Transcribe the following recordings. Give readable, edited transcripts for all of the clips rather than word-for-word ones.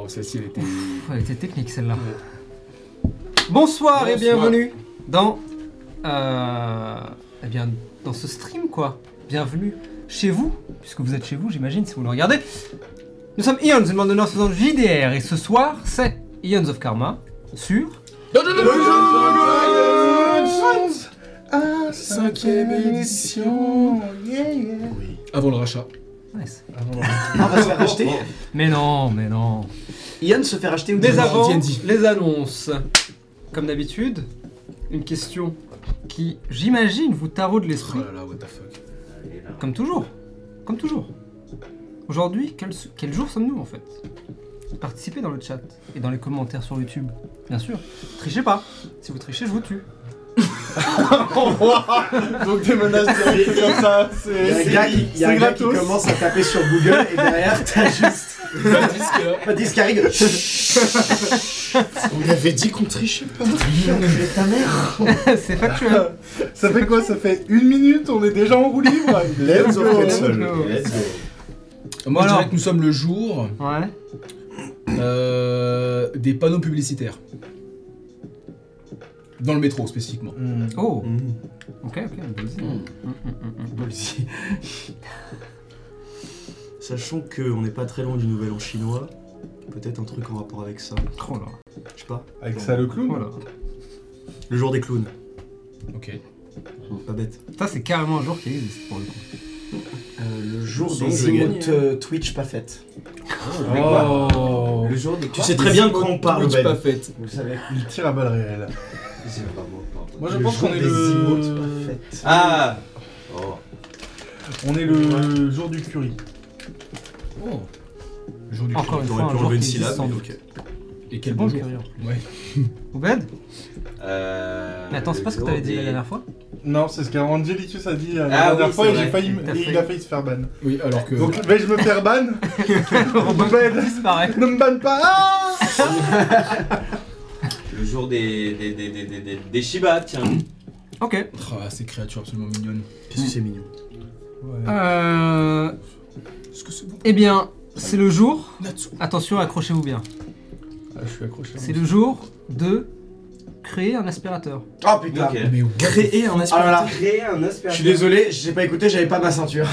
Waouh, celle-ci, elle était... Elle était technique celle-là. Bonsoir et bienvenue dans dans ce stream quoi. Bienvenue chez vous, puisque vous êtes chez vous j'imagine si vous le regardez. Nous sommes Ions, une bande de nerds faisant JDR et ce soir c'est Ions of Karma sur... Cinquième édition. Oui. Avant le rachat. Nice. On va se faire racheter. Mais non. Ian se fait racheter ou Dès avant D&D. les annonces. Comme d'habitude, une question qui, j'imagine, vous taraude l'esprit. Oh là là, what the fuck. Comme toujours. Aujourd'hui, quel jour sommes-nous en fait? Participez dans le chat et dans les commentaires sur YouTube. Bien sûr. Trichez pas. Si vous trichez, je vous tue. Donc des menaces directes comme ça, Il y a un gars qui commence à taper sur Google et derrière t'as juste pas disque arrive. On avait dit qu'on trichait pas. Ta mère. C'est factuel. Ça fait quoi? Ça fait 1 minute, on est déjà en roue libre. Let's go. Let's go. Moi, je Alors. dirais que nous sommes le jour Ouais. des panneaux publicitaires. Dans le métro, spécifiquement. Oh. Ok. Allez-y. Sachant qu'on n'est pas très loin du nouvel an chinois, peut-être un truc en rapport avec ça. Oh là. Je sais pas. Avec ça le clown. Voilà. Le jour des clowns. Ok. Pas bête. Ça c'est carrément un jour qui existe pour le coup. Le jour Sans des jeu emotes Twitch pas faites. Oh. Le jour des... Tu sais très bien de quoi on parle, Twitch Ben. pas faite. Vous savez. Il tire à balles réelles. Moi, je Le pense jour qu'on est des emotes le... pas faites. Ah On est le jour du curry. Oh. Le jour du Encore une cul. fois, un pu jour enlever qui une existe syllabe, sans mais doute. ok. Et quel Bon bon jour. curieux en plus. Ouais. Oubed. Mais attends, Le c'est pas ce que jour t'avais dit la des- dernière fois? Non, c'est ce qu'Angelicus a dit la Ah dernière oui, fois c'est et vrai. j'ai failli, T'as et fait. il a failli se faire ban. Oui, alors que... Donc vais-je me faire ban? Oubed disparaît. Ne me banne pas. Ah Le jour des Shiba, tiens. Ok. Ah, ces créatures absolument mignonnes. Qu'est-ce que c'est mignon. Est-ce que c'est bon? Eh bien, c'est le jour. Natsu. Attention, accrochez-vous bien. Ah, je suis accroché. C'est le jour de créer un aspirateur. Oh putain. Ok. Mais Créer un Ah aspirateur. là, créer un aspirateur. Je suis désolé, j'ai pas écouté, j'avais pas ma ceinture.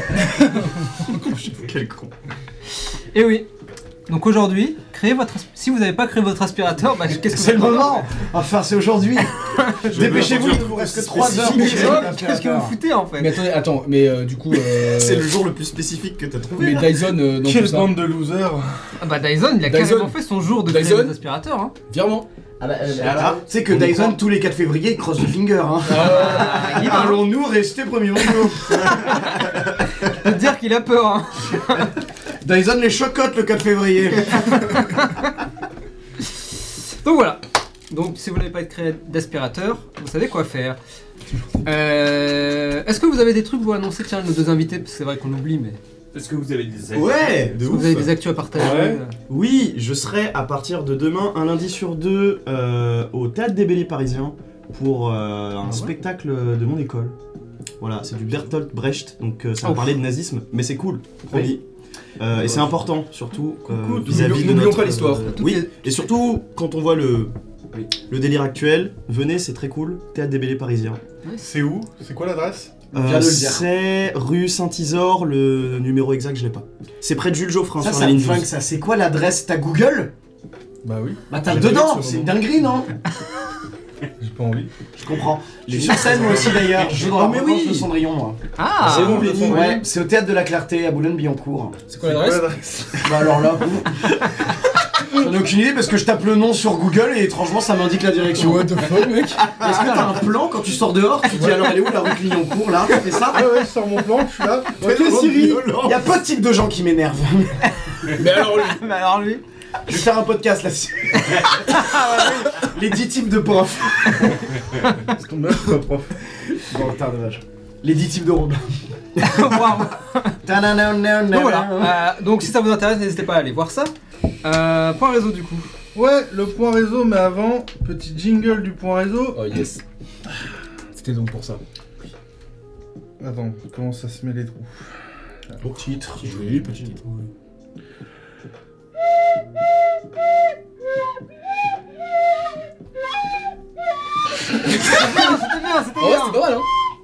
Quel con. Et oui. Donc aujourd'hui, si vous n'avez pas créé votre aspirateur, bah qu'est-ce que C'est le vous allez moment. Enfin, c'est aujourd'hui. Dépêchez-vous, il vous reste que 3 heures. faire? Qu'est-ce que vous foutez en fait? Mais attends, du coup... C'est le jour le plus spécifique que t'as trouvé. Mais Dyson, dans tout Quelle ça... bande de losers. Ah bah Dyson, il a Dyson. carrément fait son jour de créer Dyson. des aspirateurs. Hein. Virement. Ah bah, tu sais que Dyson, tous les 4 février, il cross the finger. Hein. Allons-nous rester premier mondiaux? Je peux te dire qu'il a peur. Hein. Dyson les chocotte le 4 février. Donc voilà. Donc si vous n'avez pas créé d'aspirateur, vous savez quoi faire. Est-ce que vous avez des trucs vous annoncer, tiens, nos deux invités, parce que c'est vrai qu'on oublie, mais... Est-ce que vous avez des Ouais, Est-ce que vous avez des actus à partager? Ouais. Oui, je serai à partir de demain, un lundi sur deux, au Théâtre des Bellets Parisiens pour un ouais spectacle de mon école. Voilà, c'est du Bertolt Brecht, donc ça va Oh. parler de nazisme, mais c'est cool, promis. Et c'est important, surtout Cool. vis-à-vis de N'oublions notre... pas l'histoire. oui, et surtout quand on voit le délire actuel, venez, c'est très cool, Théâtre des Bellets Parisiens. C'est où? C'est quoi l'adresse? Viens de le dire. C'est rue Saint-Isor, le numéro exact je l'ai pas. C'est près de Jules Geoffrin Ça, sur ça la me ligne 12. flingue ça. C'est quoi l'adresse? T'as Google? Bah oui, Bah t'as J'ai dedans, pas vu c'est sur une le dinguerie, non? j'ai pas envie. Je comprends. Je suis sur scène moi aussi d'ailleurs. Je joue dans la mais revanche oui. de Cendrillon moi. Ah C'est bon, Vini. Ouais, c'est au Théâtre de la Clarté à Boulogne-Billancourt. C'est quoi l'adresse? Bah alors là, j'en ai aucune idée parce que je tape le nom sur Google et étrangement ça m'indique la direction. What the fuck, mec? Est-ce que t'as un plan quand tu sors dehors? Tu te dis alors elle est où la rue Clignancourt là? Tu fais ça? Ah ouais, je sors mon plan, je suis là. Ok Siri. Il y a pas de type de gens qui m'énervent. Mais alors lui... Mais alors lui. Je vais faire un podcast là-dessus. Les 10 types de profs. C'est ton meuf ou ta prof? Bon, putain, dommage. Les 10 types de Robin. Waouh. Donc voilà. Donc si ça vous intéresse, n'hésitez pas à aller voir ça. Point réseau du coup. Ouais, le point réseau, mais avant, petit jingle du point réseau. Oh yes. C'était donc pour ça. Attends, comment ça se met les trous? Au titre. Oui, petit titre. C'était bien, c'était Oh, ouais, bien. c'est pas mal, hein.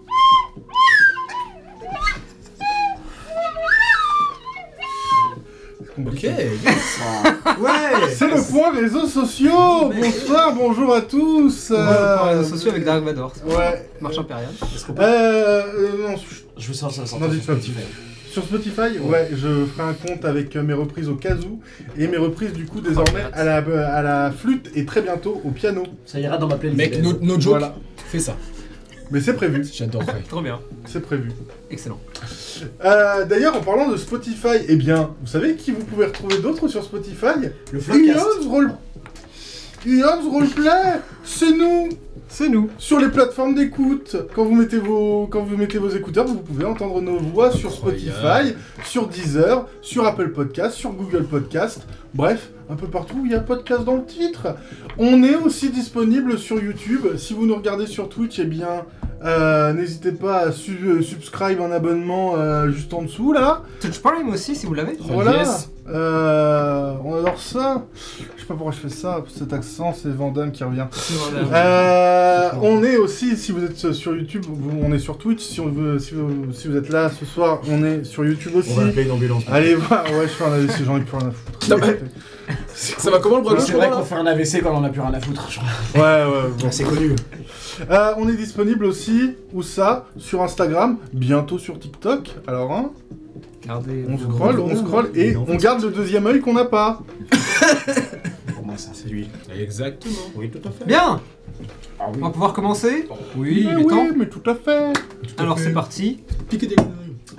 Ok. Ouais. C'est le point réseaux sociaux. Bonsoir, bonjour à tous. On va parler réseaux sociaux avec Dark Vador. Ouais. Marche impériale. Non, Je veux savoir ça Non, dis-toi. Sur Spotify, ouais, je ferai un compte avec mes reprises au kazoo et mes reprises du coup désormais à la flûte et très bientôt au piano. Ça ira dans ma playlist. Mec, no joke, Voilà. fais ça. Mais c'est prévu, J'adorerais. Trop bien. c'est prévu. Excellent. D'ailleurs, en parlant de Spotify, eh bien, vous savez qui vous pouvez retrouver d'autres sur Spotify? Le Floodcast. Ion's Roleplay, c'est nous. C'est nous. Sur les plateformes d'écoute, quand vous mettez vos écouteurs, vous pouvez entendre nos voix sur Spotify, Incroyable. sur Deezer, sur Apple Podcast, sur Google Podcast, bref, un peu partout où il y a podcast dans le titre. On est aussi disponible sur YouTube. Si vous nous regardez sur Twitch, eh bien, n'hésitez pas à subscribe un abonnement juste en dessous là. Touch Prime aussi, si vous l'avez. Oh, Voilà. yes. On adore ça. Je sais pas pourquoi je fais ça. Cet accent, c'est Van Damme qui revient. On est aussi, si vous êtes sur YouTube, on est sur Twitch. Si vous êtes là ce soir, on est sur YouTube aussi. On va appeler une ambulance. Allez voir, ouais, je fais un AVC, j'en ai plus rien à foutre. Non, mais- Ça va comment le bras gauche C'est vrai comment, qu'on là fait un AVC quand on a plus rien à foutre, je crois. Ouais, bon. C'est connu. On est disponible aussi, où ça, sur Instagram, bientôt sur TikTok. Alors, hein, Regardez. on scroll et on garde le deuxième œil qu'on n'a pas. Pour moi, ça, c'est lui. Exactement. Oui, tout à fait. Bien. Ah oui. On va pouvoir commencer. Oui, Mais il est temps. mais tout à fait. Alors c'est parti. Piquez des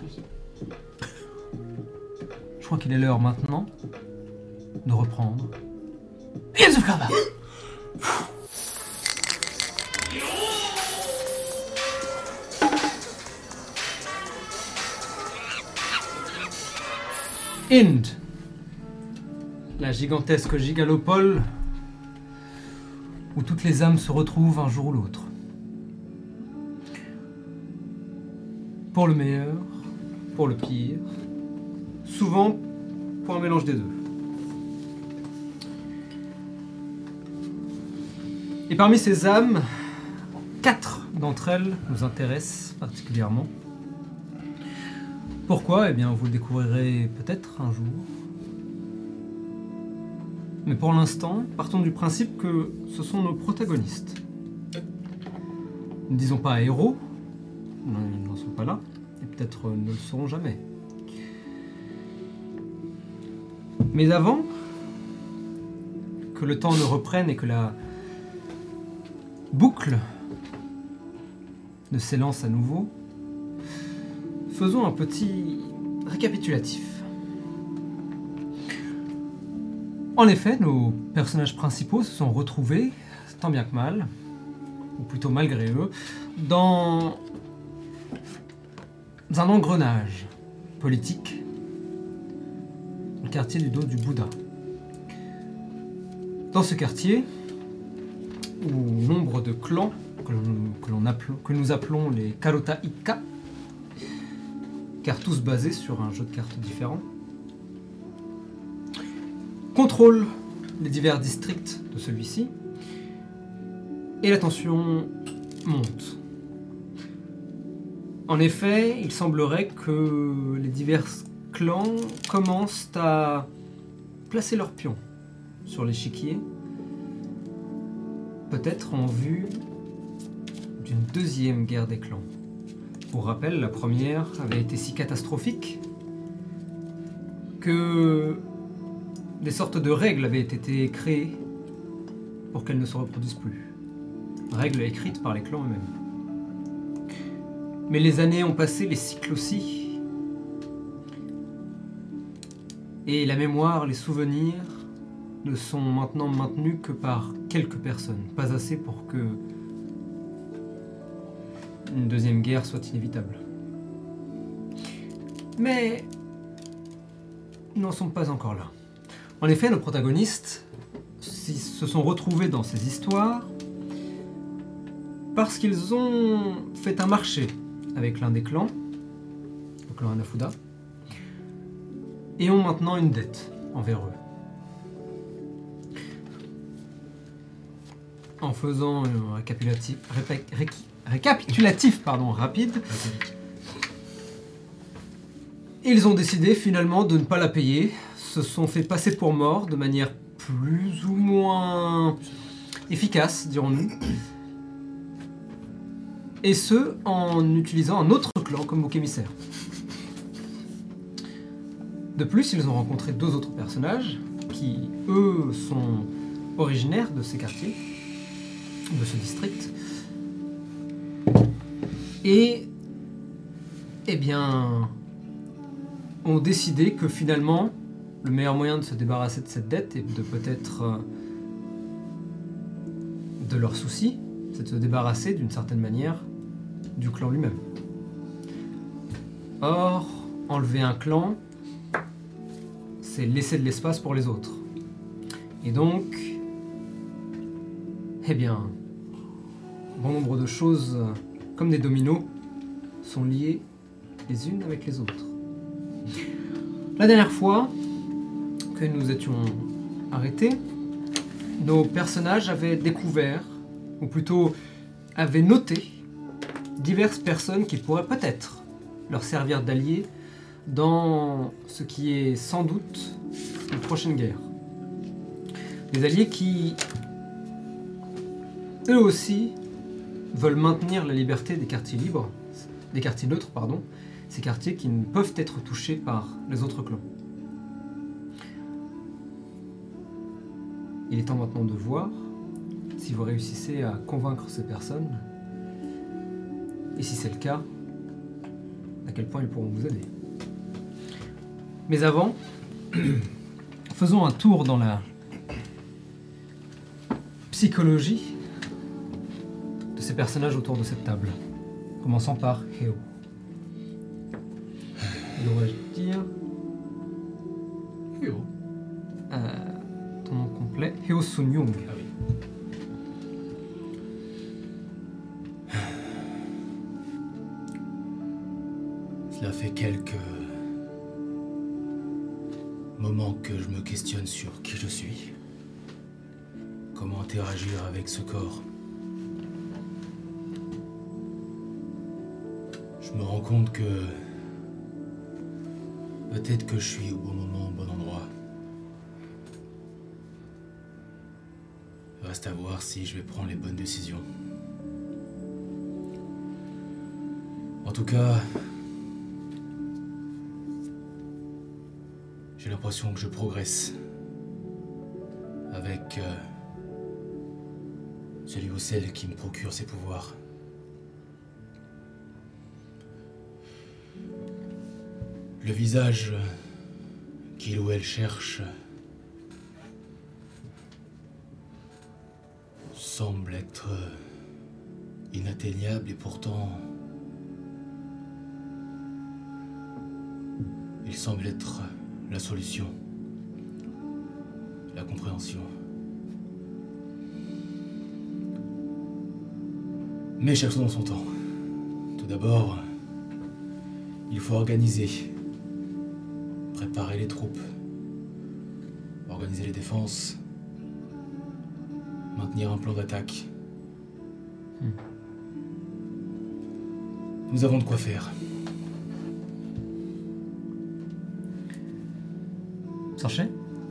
Je crois qu'il est l'heure maintenant de reprendre. Ion's of Karma. Ind, la gigantesque gigalopole où toutes les âmes se retrouvent un jour ou l'autre. Pour le meilleur, pour le pire, souvent pour un mélange des deux. Et parmi ces âmes, 4 d'entre elles nous intéressent particulièrement. Pourquoi ? Eh bien, vous le découvrirez peut-être un jour. Mais pour l'instant, partons du principe que ce sont nos protagonistes. Ne disons pas héros, ils n'en sont pas là, et peut-être ne le seront jamais. Mais avant que le temps ne reprenne et que la boucle ne s'élance à nouveau, faisons un petit récapitulatif. En effet, nos personnages principaux se sont retrouvés, tant bien que mal, ou plutôt malgré eux, dans un engrenage politique, le quartier du dos du Bouddha. Dans ce quartier, où nombre de clans que nous appelons les Karota Ikka, car tous basés sur un jeu de cartes différent, contrôlent les divers districts de celui-ci, et la tension monte. En effet, il semblerait que les divers clans commencent à placer leurs pions sur l'échiquier, peut-être en vue d'une deuxième guerre des clans. Pour rappel, la première avait été si catastrophique que des sortes de règles avaient été créées pour qu'elles ne se reproduisent plus. Règles écrites par les clans eux-mêmes. Mais les années ont passé, les cycles aussi. Et la mémoire, les souvenirs ne sont maintenant maintenus que par quelques personnes. Pas assez pour que une deuxième guerre soit inévitable. Mais nous n'en sommes pas encore là. En effet, nos protagonistes se sont retrouvés dans ces histoires parce qu'ils ont fait un marché avec l'un des clans, le clan Hanafuda, et ont maintenant une dette envers eux. en faisant un récapitulatif rapide, ils ont décidé finalement de ne pas la payer, se sont fait passer pour morts de manière plus ou moins efficace, dirons-nous, et ce, en utilisant un autre clan comme bouc émissaire. De plus, ils ont rencontré 2 autres personnages qui, eux, sont originaires de ces quartiers, de ce district, et, eh bien, ont décidé que finalement, le meilleur moyen de se débarrasser de cette dette et de peut-être de leurs soucis, c'est de se débarrasser d'une certaine manière du clan lui-même. Or, enlever un clan, c'est laisser de l'espace pour les autres. Et donc, eh bien, bon nombre de choses, comme des dominos, sont liées les unes avec les autres. La dernière fois que nous étions arrêtés, nos personnages avaient découvert, ou plutôt avaient noté, diverses personnes qui pourraient peut-être leur servir d'alliés dans ce qui est sans doute une prochaine guerre. Des alliés qui, eux aussi, veulent maintenir la liberté des quartiers libres, des quartiers neutres, pardon, ces quartiers qui ne peuvent être touchés par les autres clans. Il est temps maintenant de voir si vous réussissez à convaincre ces personnes, et si c'est le cas, à quel point ils pourront vous aider. Mais avant, faisons un tour dans la psychologie de ces personnages autour de cette table. Commençant par Heo. Devrais-je dire Heo. Ton nom complet, Heo Sun-young. Ah oui. Cela fait quelques moments que je me questionne sur qui je suis, comment interagir avec ce corps. Je me rends compte que peut-être que je suis au bon moment, au bon endroit. Reste à voir si je vais prendre les bonnes décisions. En tout cas, j'ai l'impression que je progresse avec celui ou celle qui me procure ces pouvoirs. Le visage qu'il ou elle cherche semble être inatteignable et pourtant il semble être la solution, la compréhension. Mais chaque chose dans son temps. Tout d'abord, il faut organiser, préparer les troupes, organiser les défenses, maintenir un plan d'attaque. Nous avons de quoi faire. Sarché ?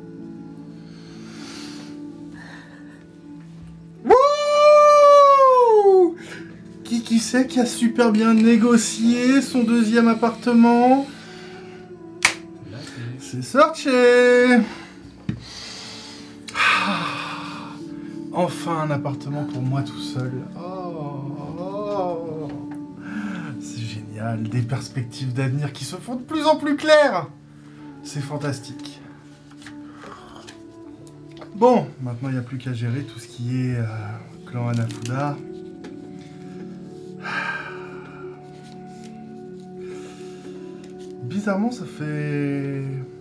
Wouh! Qui c'est qui a super bien négocié son deuxième appartement? C'est Sorché! Enfin un appartement pour moi tout seul. Oh. C'est génial, des perspectives d'avenir qui se font de plus en plus claires. C'est fantastique. Bon, maintenant il n'y a plus qu'à gérer tout ce qui est clan Hanafuda. Bizarrement, ça fait...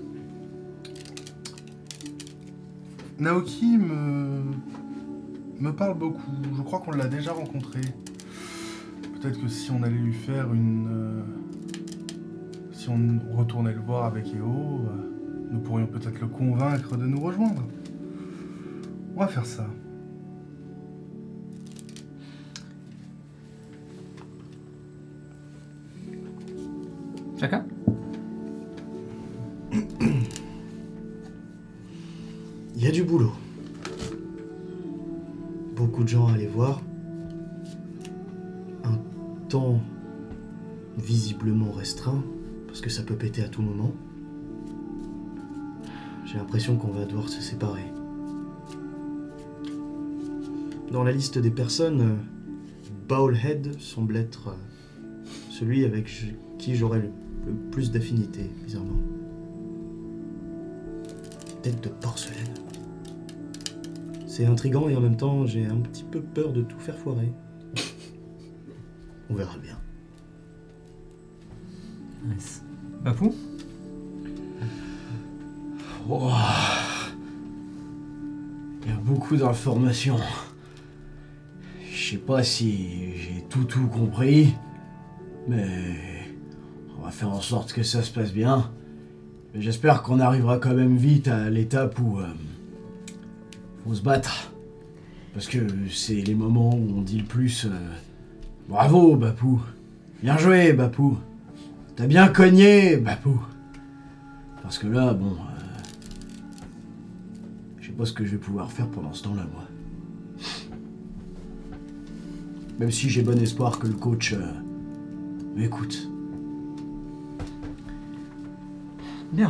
Naoki me parle beaucoup. Je crois qu'on l'a déjà rencontré. Peut-être que si on allait lui faire une... si on retournait le voir avec Eo, nous pourrions peut-être le convaincre de nous rejoindre. On va faire ça. Chacun? Il y a du boulot. Beaucoup de gens à aller voir. Un temps visiblement restreint, parce que ça peut péter à tout moment. J'ai l'impression qu'on va devoir se séparer. Dans la liste des personnes, Bowlhead semble être celui avec qui j'aurais le plus d'affinité, bizarrement. Tête de porcelaine. C'est intriguant et en même temps, j'ai un petit peu peur de tout faire foirer. On verra bien. Nice. Bafou? Oh. Il y a beaucoup d'informations. Je sais pas si j'ai tout compris, mais on va faire en sorte que ça se passe bien. Mais j'espère qu'on arrivera quand même vite à l'étape où faut se battre. Parce que c'est les moments où on dit le plus bravo Bapou, bien joué Bapou, t'as bien cogné Bapou. Parce que là, bon, je sais pas ce que je vais pouvoir faire pendant ce temps-là, moi. Même si j'ai bon espoir que le coach m'écoute. Bien.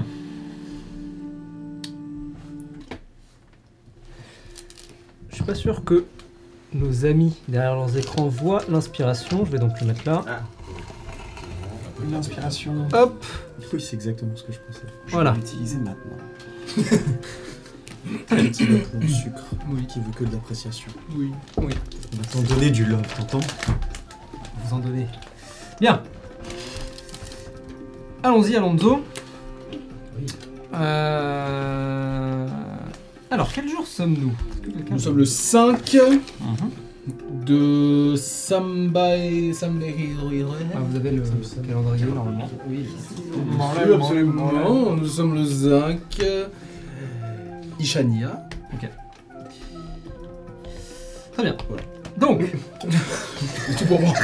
Je suis pas sûr que nos amis derrière leurs écrans voient l'inspiration. Je vais donc le mettre là. Une inspiration. Hop. Oui, c'est exactement ce que je pensais. Voilà. Je vais l'utiliser maintenant. Un petit peu de sucre. Oui, qui veut que de l'appréciation. Oui. Oui. On va t'en donner du love, t'entends? Vous en donnez. Bien. Allons-y, Alonso. Oui. Alors, quel jour sommes-nous? Nous sommes le 5 de Sambai. Ah, vous avez le calendrier normalement. Oui. Oui, absolument. Nous sommes le 5 Ishania. Ok. Très bien. Voilà. Donc, C'est tout pour moi.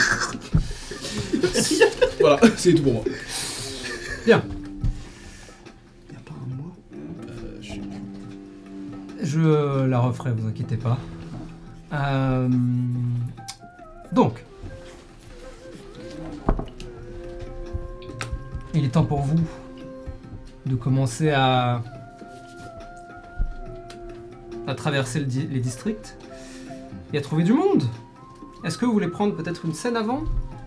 Voilà, c'est tout pour moi. bien. Y'a pas un mois? Je la referai, vous inquiétez pas. Donc, il est temps pour vous de commencer à traverser les districts et à trouver du monde. Est-ce que vous voulez prendre peut-être une scène avant?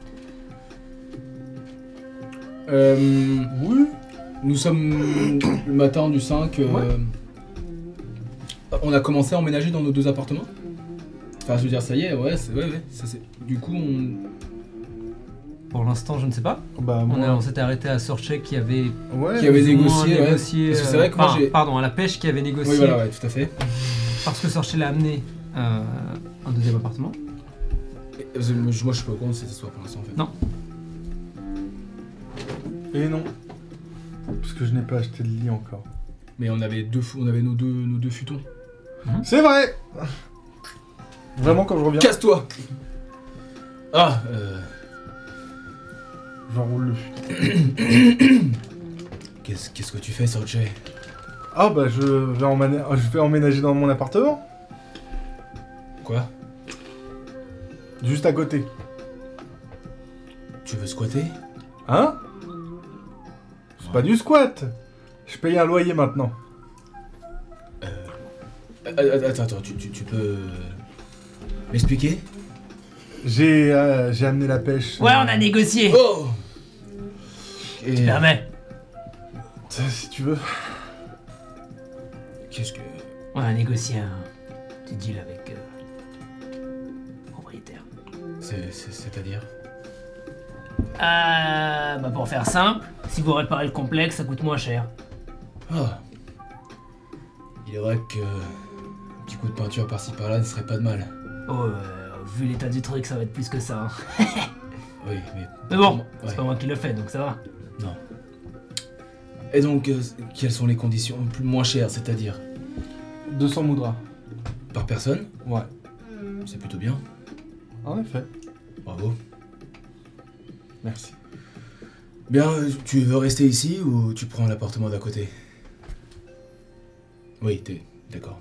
Oui. Nous sommes le matin du 5. On a commencé à emménager dans nos 2 appartements. Enfin, je veux dire, ça y est, ouais. Ça, c'est... Du coup, on... Pour l'instant, je ne sais pas. Bah, moi, On s'était arrêté à Sorcheck qui avait ouais, qui avait plus ou moins négocié, ouais. négocié, Parce que c'est vrai que moi, j'ai... pardon, à la pêche qui avait négocié. Oui, voilà, ouais, tout à fait. Parce que Sorcheck l'a amené un 2e appartement. Moi, je suis pas au courant de cette histoire pour l'instant, en fait. Non. Et non. Parce que je n'ai pas acheté de lit encore. Mais on avait nos deux futons. C'est vrai. Vraiment, quand je reviens, Casse-toi. Ah, j'enroule le futon. Qu'est-ce que tu fais, Sorche? Ah bah je vais emménager dans mon appartement. quoi? Juste à côté. Tu veux squatter? Hein? C'est pas du squat. Je paye un loyer maintenant. Attends, tu peux m'expliquer? J'ai amené la pêche. Ouais, on a négocié. Oh. Et Permets. Si tu veux. qu'est-ce que... On a négocié un petit deal avec le propriétaire. C'est-à-dire? Bah pour faire simple, si vous réparez le complexe, ça coûte moins cher. Ah. Il est vrai que un petit coup de peinture par-ci par-là ne serait pas de mal. Oh, vu l'état du truc, ça va être plus que ça. Hein. Oui, Mais bon, ouais. c'est pas moi qui le fais, donc ça va. Non. Et donc, quelles sont les conditions plus moins chères, c'est-à-dire 200 moudras. par personne? Ouais. C'est plutôt bien. En effet. Bravo. Merci. Bien, tu veux rester ici ou tu prends l'appartement d'à côté? Oui, t'es d'accord.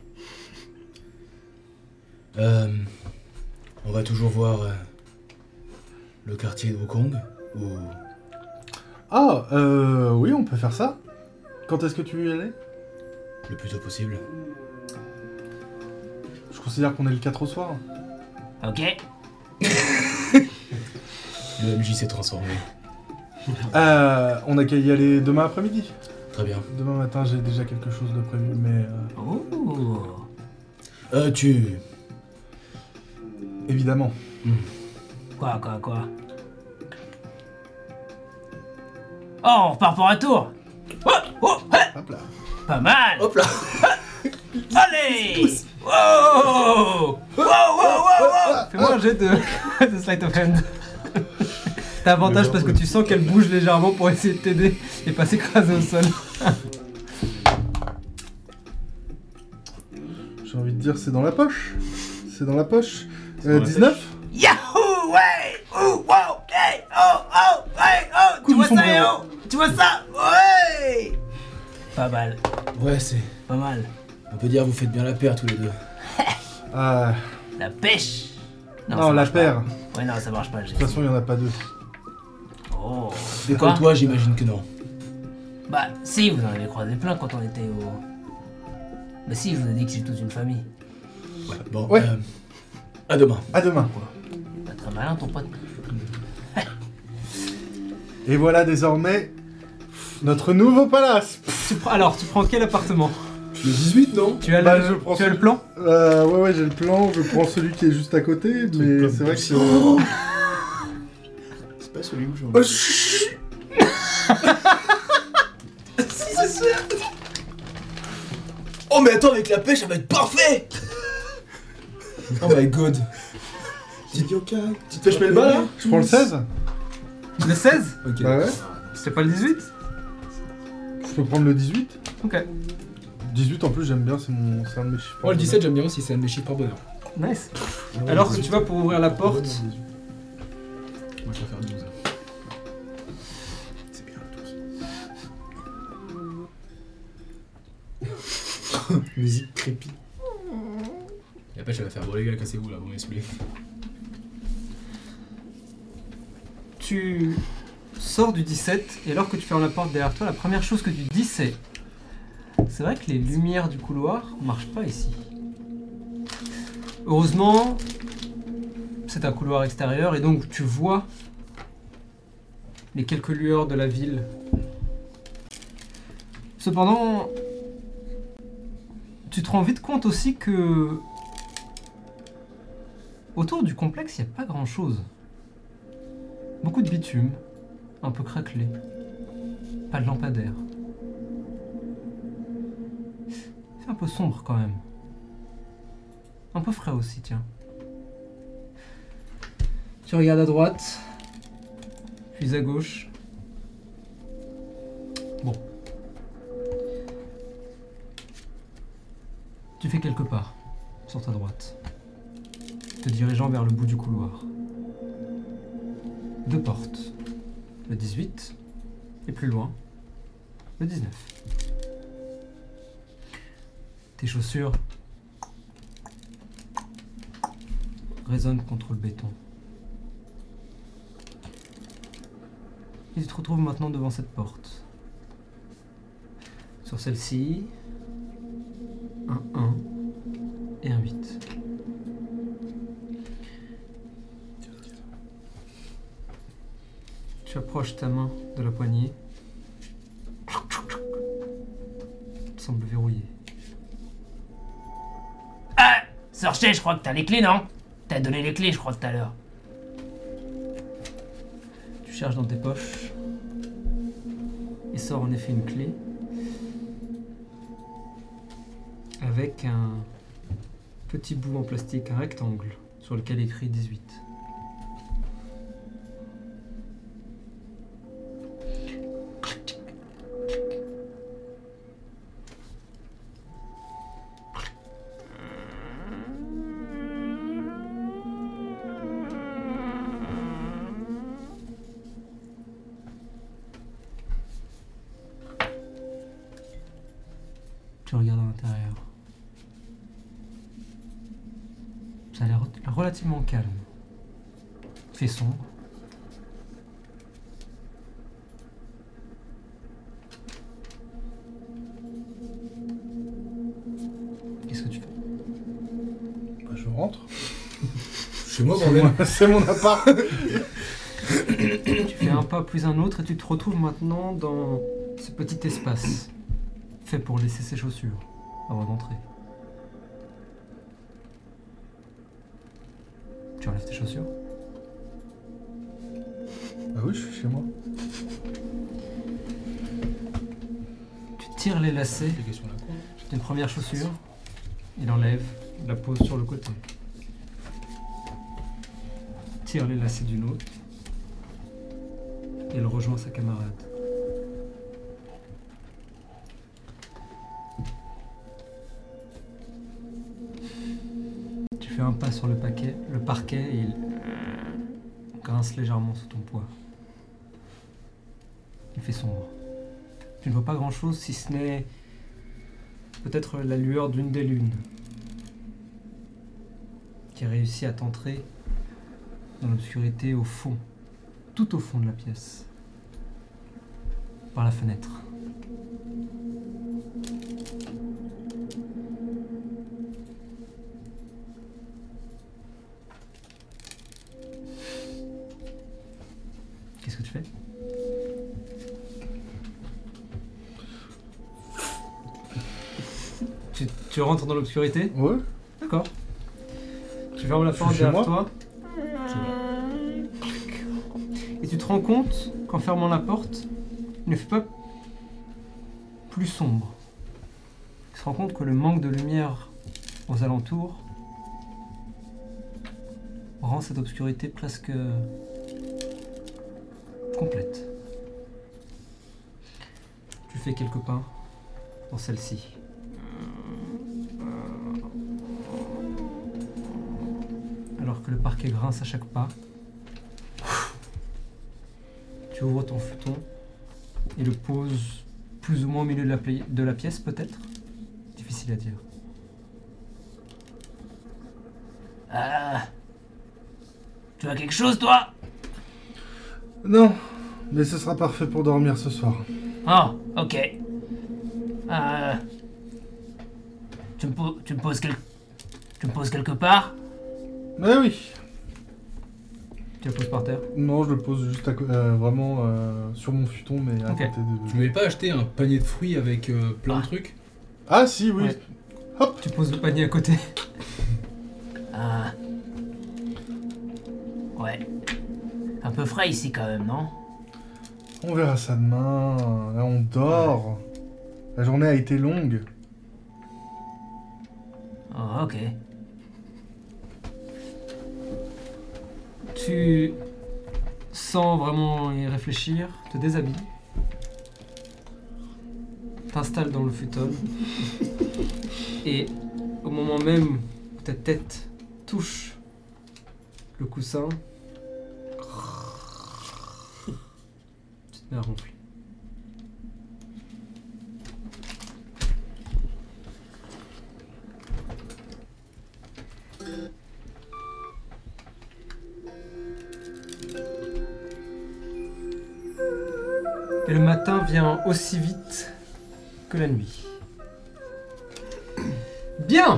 On va toujours voir le quartier de Wukong ou... Ah, oui, on peut faire ça. Quand est-ce que tu veux y aller? Le plus tôt possible. Je considère qu'on est le 4 au soir. Ok. Le MJ s'est transformé. On a qu'à y aller demain après-midi. Très bien. Demain matin, j'ai déjà quelque chose de prévu, mais... Oh. Tu... Évidemment. Quoi Oh, on repart pour un tour. Oh, Hop là. pas mal. Hop là. Allez. Wow. Fais-moi un jet de sleight of hand. T'as avantage parce que tu sens qu'elle bouge légèrement pour essayer de t'aider et pas s'écraser au sol. J'ai envie de dire, c'est dans la poche. C'est dans la poche. dans la 19 Yahoo, ouais. Oh, wow. Hey. Oh, ouais. Oh, Coup tu du vois ça, sombrero. oh. Tu vois ça? Ouais. Pas mal. Ouais, c'est... Pas mal. On peut dire que vous faites bien la paire tous les deux. Ah, La pêche. non, ça la marche paire. pas. Ouais, non, ça marche pas. De toute façon, il n'y en a pas deux. Oh. Et Quoi? comme toi, j'imagine que non. Bah, si, vous en avez croisé plein quand on était au... Bah si, je vous ai dit que j'ai toute une famille. Ouais, bon, Ouais. À demain. À demain. Pas très malin, ton pote. Et voilà désormais notre nouveau palace. Alors, tu prends quel appartement? Le 18, non? Tu as, Bah, le, je prends tu as le celui- plan? Ouais, j'ai le plan. Je prends celui qui est juste à côté, mais c'est vrai que c'est... C'est pas celui où j'en Oh, chut. Si, c'est sûr. Oh, mais attends, avec la pêche, ça va être parfait. Oh my god. Petite pêche Melba, là? Je prends le 16. Le 16? Ok. Bah ouais. C'est pas le 18? Je peux prendre le 18. Ok. 18 en plus, j'aime bien, c'est un de mes chiffres. Oh, le 17, j'aime bien aussi, c'est un de mes chiffres par bonheur. Nice. Alors que tu vas pour ouvrir la porte, Moi, je vais faire 12. C'est bien, le 12. Musique creepy. La pêche, elle va faire bon, les gars, cassez-vous là, bon, laisse-les. tu sors du 17 et alors que tu fermes la porte derrière toi, la première chose que tu dis c'est... C'est vrai que les lumières du couloir marchent pas ici. Heureusement, c'est un couloir extérieur et donc tu vois les quelques lueurs de la ville. Cependant, tu te rends vite compte aussi que autour du complexe, il n'y a pas grand-chose. Beaucoup de bitume, un peu craquelé, pas de lampadaire. C'est un peu sombre quand même. Un peu frais aussi, tiens. Tu regardes à droite, puis à gauche. Bon. Tu fais quelques pas sur ta droite, te dirigeant vers le bout du couloir. Deux portes. Le 18 et plus loin, le 19. Tes chaussures résonnent contre le béton. Et tu te retrouves maintenant devant cette porte. Sur celle-ci, un 1 et un 8. Tu approches ta main de la poignée. Elle semble verrouillée. Ah, Sorchet, je crois que t'as les clés, non? T'as donné les clés, je crois, tout à l'heure. Tu cherches dans tes poches et sors en effet une clé avec un petit bout en plastique, un rectangle sur lequel est écrit 18. Tu regardes à l'intérieur. Ça a l'air relativement calme. Il fait sombre. Qu'est-ce que tu fais? Bah, je rentre. Chez moi, bordel. C'est mon appart. Tu fais un pas puis un autre et tu te retrouves maintenant dans ce petit espace fait pour laisser ses chaussures avant d'entrer. Tu enlèves tes chaussures? Bah oui, je suis chez moi. Tu tires les lacets Application à la con. d'une première chaussure, il enlève, la pose sur le côté. Tire les lacets d'une autre, et il rejoint sa camarade. Tu fais un pas sur le parquet et il grince légèrement sous ton poids. Il fait sombre. Tu ne vois pas grand-chose si ce n'est peut-être la lueur d'une des lunes qui a réussi à t'entrer dans l'obscurité au fond, tout au fond de la pièce, par la fenêtre. Qu'est-ce que tu fais? Tu rentres dans l'obscurité? Ouais. D'accord. Tu fermes la Je porte suis chez derrière moi. toi. Et tu te rends compte qu'en fermant la porte, il ne fait pas plus sombre. Tu te rends compte que le manque de lumière aux alentours rend cette obscurité presque complète. Tu fais quelques pas dans celle-ci. Alors que le parquet grince à chaque pas, tu ouvres ton futon et le poses plus ou moins au milieu de la pièce, peut-être. Difficile à dire. Tu as quelque chose, toi? Non, mais ce sera parfait pour dormir ce soir. Oh, ok. Tu me poses quelque part? Mais oui. Tu la poses par terre. Non, je le pose juste vraiment sur mon futon, mais à Ok. côté de... Tu m'avais pas acheté un panier de fruits avec plein de trucs? Ah si, oui. Ouais. Hop. Tu poses le panier à côté. Ouais. Un peu frais ici quand même, non? On verra ça demain. Là, on dort. La journée a été longue. Oh, ok. Tu sans vraiment y réfléchir, te déshabilles. T'installes dans le futon. Et au moment même où ta tête touche le coussin, tu te mets à ronfler. Et le matin vient aussi vite que la nuit. Bien!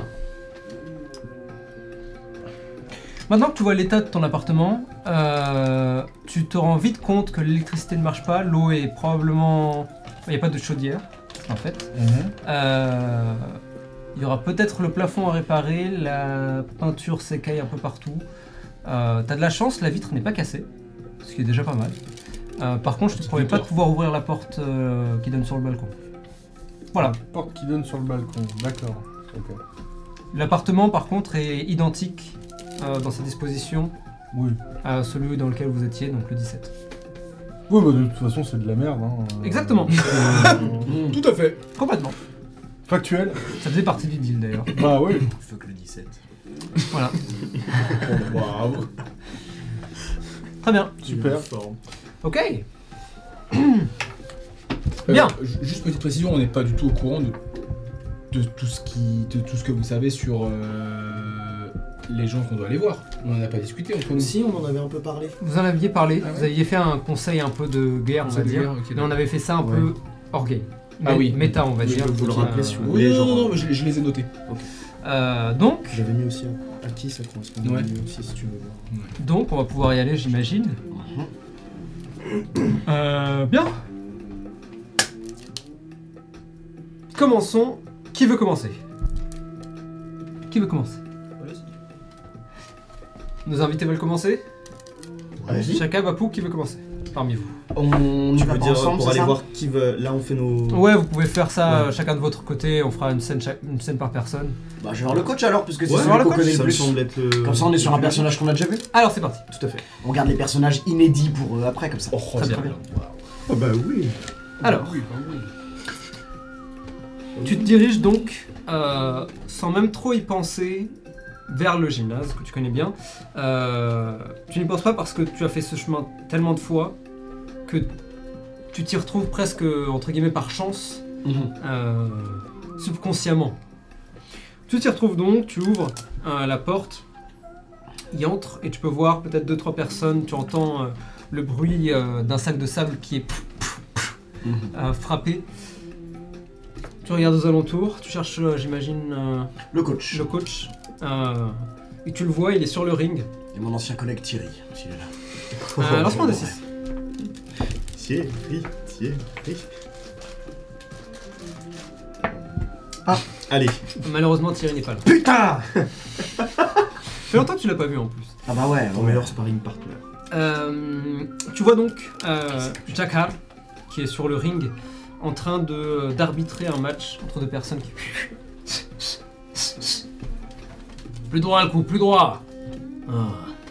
Maintenant que tu vois l'état de ton appartement, tu te rends vite compte que l'électricité ne marche pas, l'eau est probablement... Il n'y a pas de chaudière, en fait. Il y aura peut-être le plafond à réparer, la peinture s'écaille un peu partout. T'as de la chance, la vitre n'est pas cassée, ce qui est déjà pas mal. Par contre, je te promets pas de pouvoir ouvrir la porte qui donne sur le balcon. Voilà. Porte qui donne sur le balcon, d'accord. Ok. L'appartement, par contre, est identique dans sa disposition Oui. à celui dans lequel vous étiez, donc le 17. Oui, bah de toute façon, c'est de la merde. Hein. Exactement. Tout à fait. Complètement. Factuel. Ça faisait partie du deal, d'ailleurs. Bah oui. Fuck le 17. Voilà. Waouh. Très bien. Super. Ok. Bien. Juste petite précision, on n'est pas du tout au courant de de tout ce que vous savez sur les gens qu'on doit aller voir. On n'en a pas discuté entre nous. Si, on en avait un peu parlé. Vous en aviez parlé, Ah ouais. vous aviez fait un conseil un peu de guerre, on va Conseil de dire. guerre, ok, Mais on avait fait ça un Ouais. peu hors game. Ah oui. Méta, on va Je dire. peux vous le rappeler si vous Oui, voulez. non, mais je les ai notés. Donc, J'avais mis aussi à qui ça correspond Ouais. mieux aussi, si tu veux voir. donc, on va pouvoir y aller, j'imagine. Bien. Commençons. Qui veut commencer? Qui veut commencer? Nos invités veulent commencer? Allez-y. Chacun, Bapou, qui veut commencer parmi vous? On y Tu va veux pas dire ensemble, pour c'est aller ça voir qui veut. Là, on fait nos. Ouais, vous pouvez faire ça Ouais. chacun de votre côté, on fera une scène par personne. Bah, je vais voir le coach alors, parce que c'est Ouais, celui qu'on connaît ça le me plus. semble être le. Comme ça, on est sur un personnage qu'on a déjà vu. Alors c'est parti. Tout à fait. On garde les personnages inédits pour après, comme ça. Oh, Très bien. Oh bah oui. Alors, tu te diriges donc, sans même trop y penser, vers le gymnase que tu connais bien. Tu n'y penses pas parce que tu as fait ce chemin tellement de fois que tu t'y retrouves presque, entre guillemets, par chance, subconsciemment. Tu t'y retrouves donc, tu ouvres la porte, y entres et tu peux voir peut-être 2-3 personnes, tu entends le bruit d'un sac de sable qui est frappé. Tu regardes aux alentours, tu cherches, j'imagine, Le coach. le coach. Et tu le vois, il est sur le ring. Et mon ancien collègue Thierry, s'il est là. Lancement de 6. Thierry. Allez. Malheureusement, Thierry n'est pas là. Putain! Ça fait longtemps que tu l'as pas vu en plus. Ah bah ouais, Mon meilleur sparring partner. Tu vois donc Jakar, qui est sur le ring, en train d'arbitrer un match entre deux personnes qui... Plus droit le coup, plus droit. Ah.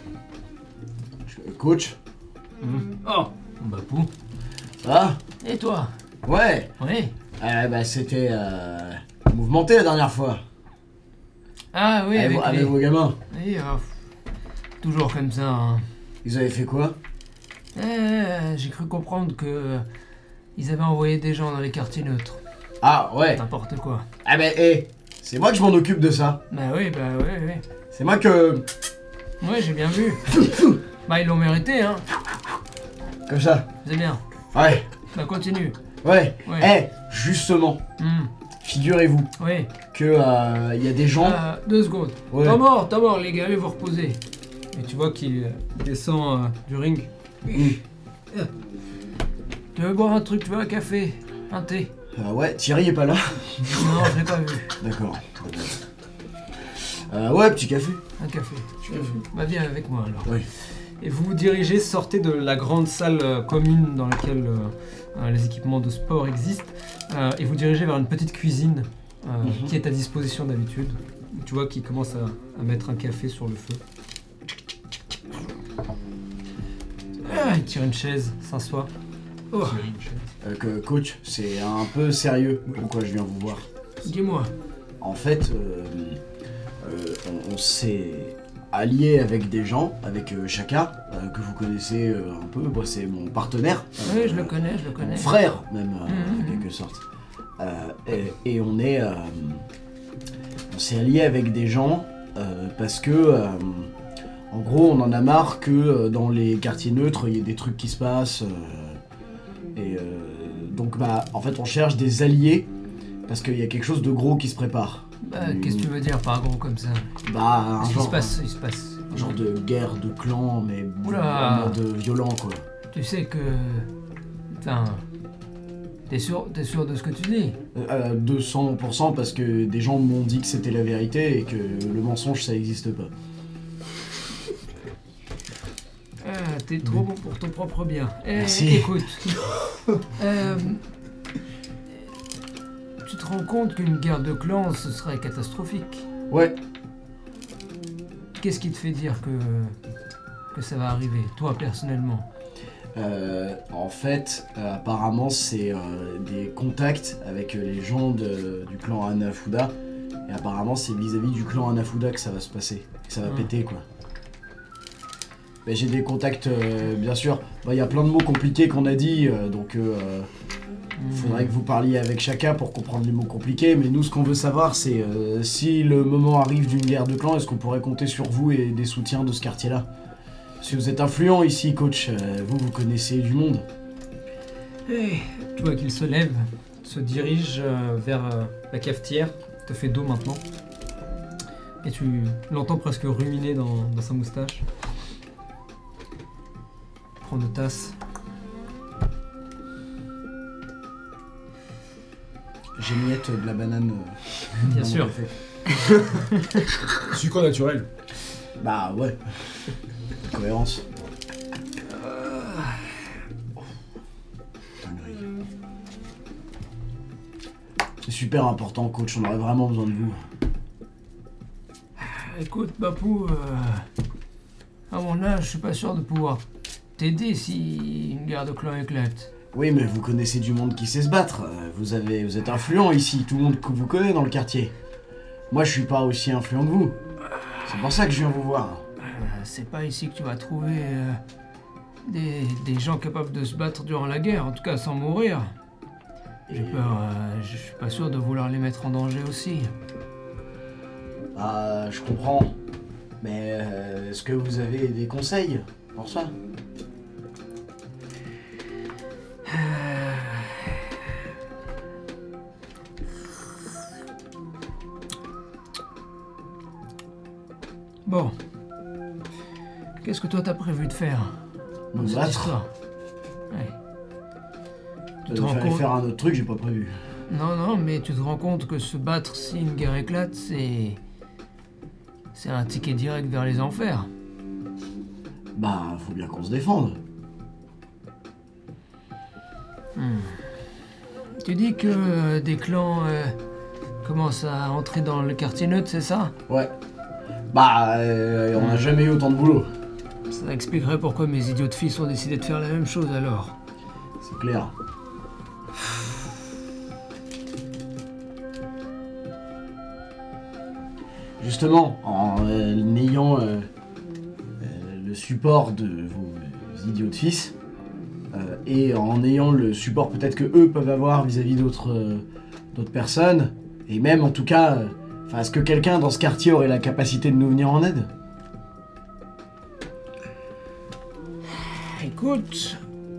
Coach, Oh, Bapou. ça va? Et toi? Ouais. Oui. Bah c'était mouvementé la dernière fois. Ah oui, avec avec les... vos gamins. Oui, toujours comme ça. Hein. Ils avaient fait quoi? J'ai cru comprendre que ils avaient envoyé des gens dans les quartiers neutres. Ah ouais. N'importe quoi. Ah bah c'est moi que je m'en occupe de ça. Bah oui. C'est moi que... Ouais, j'ai bien vu. Bah ils l'ont mérité, hein. Comme ça. C'est bien. Ouais. Bah continue. Ouais. Ouais. Justement, figurez-vous Oui. que y a des gens... 2 secondes. Ouais. T'es mort, les gars, allez vous reposer. Et tu vois qu'il descend du ring. Tu veux boire un truc, tu veux un café? Un thé? Ouais, Thierry est pas là. Non, je l'ai pas vu. D'accord. Ouais, petit café. Un café. Bah viens avec moi alors. Oui. Et vous vous dirigez, sortez de la grande salle commune dans laquelle les équipements de sport existent, et vous dirigez vers une petite cuisine qui est à disposition d'habitude. Tu vois qu'il commence à mettre un café sur le feu. Il tire une chaise, s'assoit. Oh, Coach, c'est un peu sérieux pourquoi je viens vous voir. dis-moi. En fait, on s'est allié avec des gens, avec Chaka, que vous connaissez un peu, moi c'est mon partenaire. Oui, je le connais. Mon frère même, en quelque sorte. Et on s'est allié avec des gens parce que, en gros, on en a marre que dans les quartiers neutres, il y ait des trucs qui se passent. Donc, en fait, on cherche des alliés parce qu'il y a quelque chose de gros qui se prépare. Bah, qu'est-ce que tu veux dire par gros comme ça? Un Qu'est-ce qui genre, se passe? Il se passe. un genre de guerre de clans, mais Oula. en mode violent, quoi. Tu sais que... Enfin... T'es sûr de ce que tu dis? 200% parce que des gens m'ont dit que c'était la vérité et que le mensonge, ça n'existe pas. T'es trop bon pour ton propre bien. Merci. Écoute, tu te rends compte qu'une guerre de clans, ce serait catastrophique. Ouais, Qu'est-ce qui te fait dire que ça va arriver, toi personnellement? en fait, apparemment, c'est des contacts avec les gens du clan Hanafuda. Et apparemment, c'est vis-à-vis du clan Hanafuda que ça va se passer. Que ça va péter, quoi. Ben, j'ai des contacts, bien sûr. Il y a plein de mots compliqués qu'on a dit, donc il faudrait que vous parliez avec chacun pour comprendre les mots compliqués. Mais nous, ce qu'on veut savoir, c'est si le moment arrive d'une guerre de clans, est-ce qu'on pourrait compter sur vous et des soutiens de ce quartier-là? Si vous êtes influent ici, coach, vous connaissez du monde. Et tu vois qu'il se lève, se dirige vers la cafetière, te fait dos maintenant. Et tu l'entends presque ruminer dans sa moustache. Prends deux tasses. J'émiette de la banane. Bien dans mon sûr. café. Sucre naturel. Bah ouais. Cohérence. Dinguerie. C'est super important, coach, on aurait vraiment besoin de vous. Écoute, Papou, à mon âge, je suis pas sûr de pouvoir t'aider si une guerre de clans éclate. Oui, mais vous connaissez du monde qui sait se battre. Vous êtes influent ici, tout le monde que vous connaît dans le quartier. Moi, je suis pas aussi influent que vous. C'est pour ça que je viens vous voir. C'est pas ici que tu vas trouver des gens capables de se battre durant la guerre, en tout cas sans mourir. J'ai peur, je suis pas sûr de vouloir les mettre en danger aussi. Ah, je comprends. Mais est-ce que vous avez des conseils pour ça? Bon. Qu'est-ce que toi t'as prévu de faire dans Me cette battre. histoire? Ouais. Tu te Il rends fallait compte... faire un autre truc, j'ai pas prévu. Non, mais tu te rends compte que se battre si une guerre éclate, c'est un ticket direct vers les enfers. Bah, faut bien qu'on se défende. Tu dis que des clans commencent à entrer dans le quartier neutre, c'est ça? Ouais. Bah, on n'a jamais eu autant de boulot. Ça expliquerait pourquoi mes idiots de fils ont décidé de faire la même chose alors. C'est clair. Justement, en ayant le support de vos idiots de fils, et en ayant le support peut-être que eux peuvent avoir vis-à-vis d'autres personnes, et même en tout cas, est-ce que quelqu'un dans ce quartier aurait la capacité de nous venir en aide? Écoute,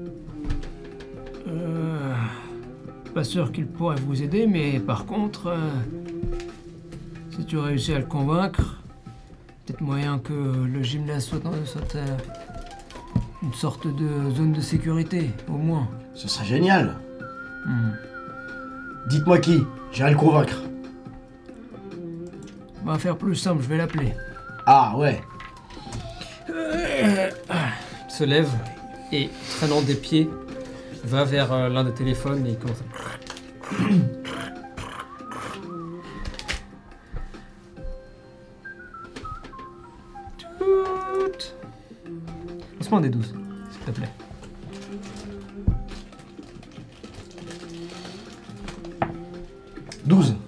pas sûr qu'il pourrait vous aider, mais par contre, si tu réussis à le convaincre, peut-être moyen que le gymnase soit une sorte de zone de sécurité, au moins. Ce serait génial. Dites-moi qui, j'irai le convaincre. On va faire plus simple, je vais l'appeler. Ah ouais. Il se lève et, traînant des pieds, va vers l'un des téléphones et il commence à... Lance-moi un des 12, s'il te plaît. « 12.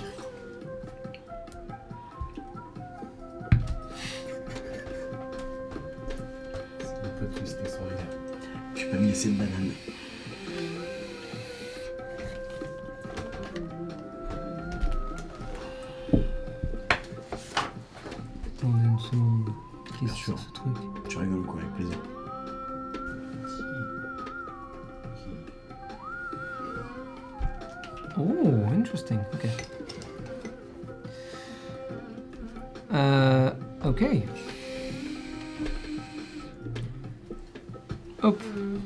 C'est extraordinaire. Tu peux me laisser une banane. Attendez une seconde. Bien Qu'est-ce que sûr. c'est ce truc? Tu rigoles quoi, avec plaisir. Oh, interesting. Ok. Ok. Hop.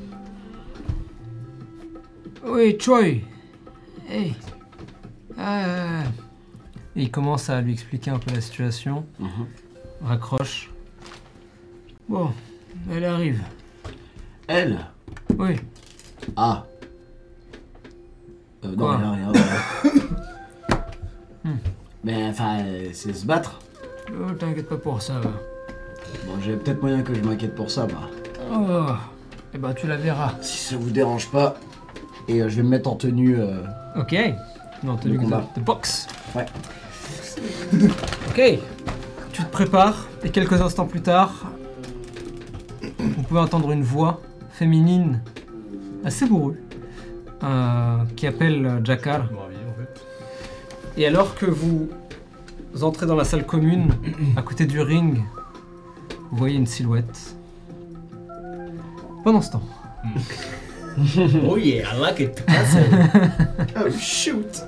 Oui, Troy. Hey. Et il commence à lui expliquer un peu la situation. Raccroche. Bon, elle arrive. Elle? Oui. Ah. Non, Quoi? rien. Mais enfin, c'est se battre. Oh, t'inquiète pas pour ça. Bon, j'ai peut-être moyen que je m'inquiète pour ça, moi. Oh. Eh ben, tu la verras. Si ça vous dérange pas. Et je vais me mettre en tenue. Ok. Non, tenue Le combat. de boxe. Ouais. Ok. Tu te prépares et quelques instants plus tard, vous pouvez entendre une voix féminine assez bourrue qui appelle Jakar. Je me réveille, en fait. Et alors que vous entrez dans la salle commune, à côté du ring, vous voyez une silhouette. Pendant ce temps, Oh yeah, I like it. Oh shoot.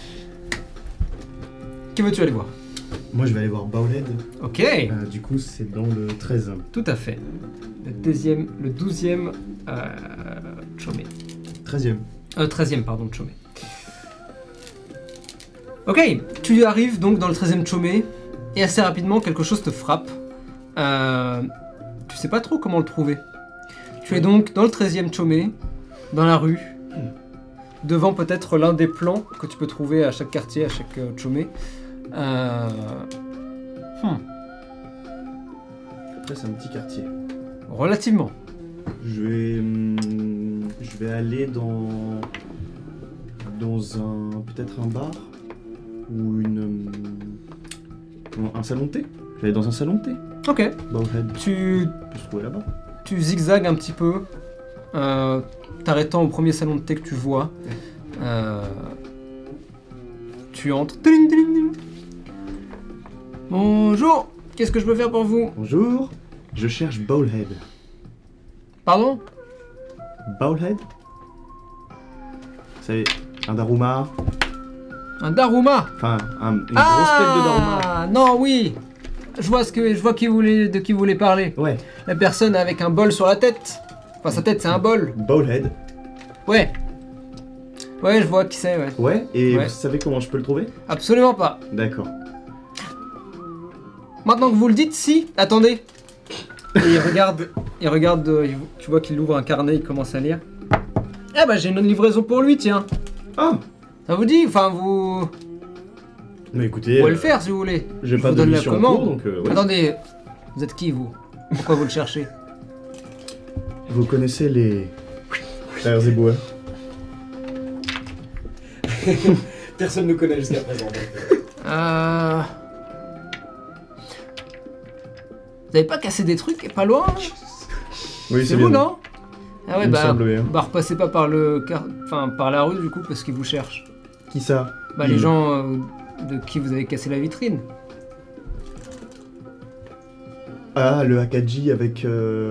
qui veux-tu aller voir? Moi, je vais aller voir Bowlhead. Ok, Du coup, c'est dans le 13. tout à fait. Le 12e Chomé. 13e. 13e, pardon, Chomé. Ok, tu arrives donc dans le 13e Chomé, et assez rapidement, quelque chose te frappe. Tu sais pas trop comment le trouver. Tu es donc dans le 13e Chomé, dans la rue, devant peut-être l'un des plans que tu peux trouver à chaque quartier, à chaque Chomé. Après, c'est un petit quartier. Relativement. Je vais aller dans un peut-être un bar ou un salon de thé. Je vais aller dans un salon de thé. Ok, Bowlhead tu peut se trouver là-bas. Tu zigzags un petit peu, t'arrêtant au premier salon de thé que tu vois. Tu entres. Tiling, tiling, tiling. Bonjour, qu'est-ce que je peux faire pour vous? Bonjour, je cherche Bowlhead. Pardon? Bowlhead? C'est un Daruma. Un Daruma? Enfin, une grosse tête de Daruma. Ah non, oui. Je vois de qui vous voulez parler. Ouais, La personne avec un bol sur la tête. Enfin, sa tête, c'est un bol. Bowlhead. Ouais. Ouais, je vois qui c'est, ouais. Ouais, et Ouais. vous savez comment je peux le trouver? Absolument pas. D'accord. Maintenant que vous le dites, si. Attendez. Et il regarde, tu vois qu'il ouvre un carnet, il commence à lire. Ah bah j'ai une livraison pour lui, tiens. Ah, Ça vous dit? Enfin, vous mais écoutez, pouvez le faire si vous voulez. j'ai Je pas vous de donne la mission en commande. cours, donc ouais. Attendez, vous êtes qui vous? Pourquoi vous le cherchez? Vous connaissez les frères éboueurs? Personne ne connaît jusqu'à présent. Vous avez pas cassé des trucs pas loin? Oui, C'est vous, bien. non? Ah ouais, Il me bah, semble bien. bah repassez pas par par la rue du coup parce qu'ils vous cherchent. Qui ça? Bah les gens de qui vous avez cassé la vitrine. Ah, le Hakaji avec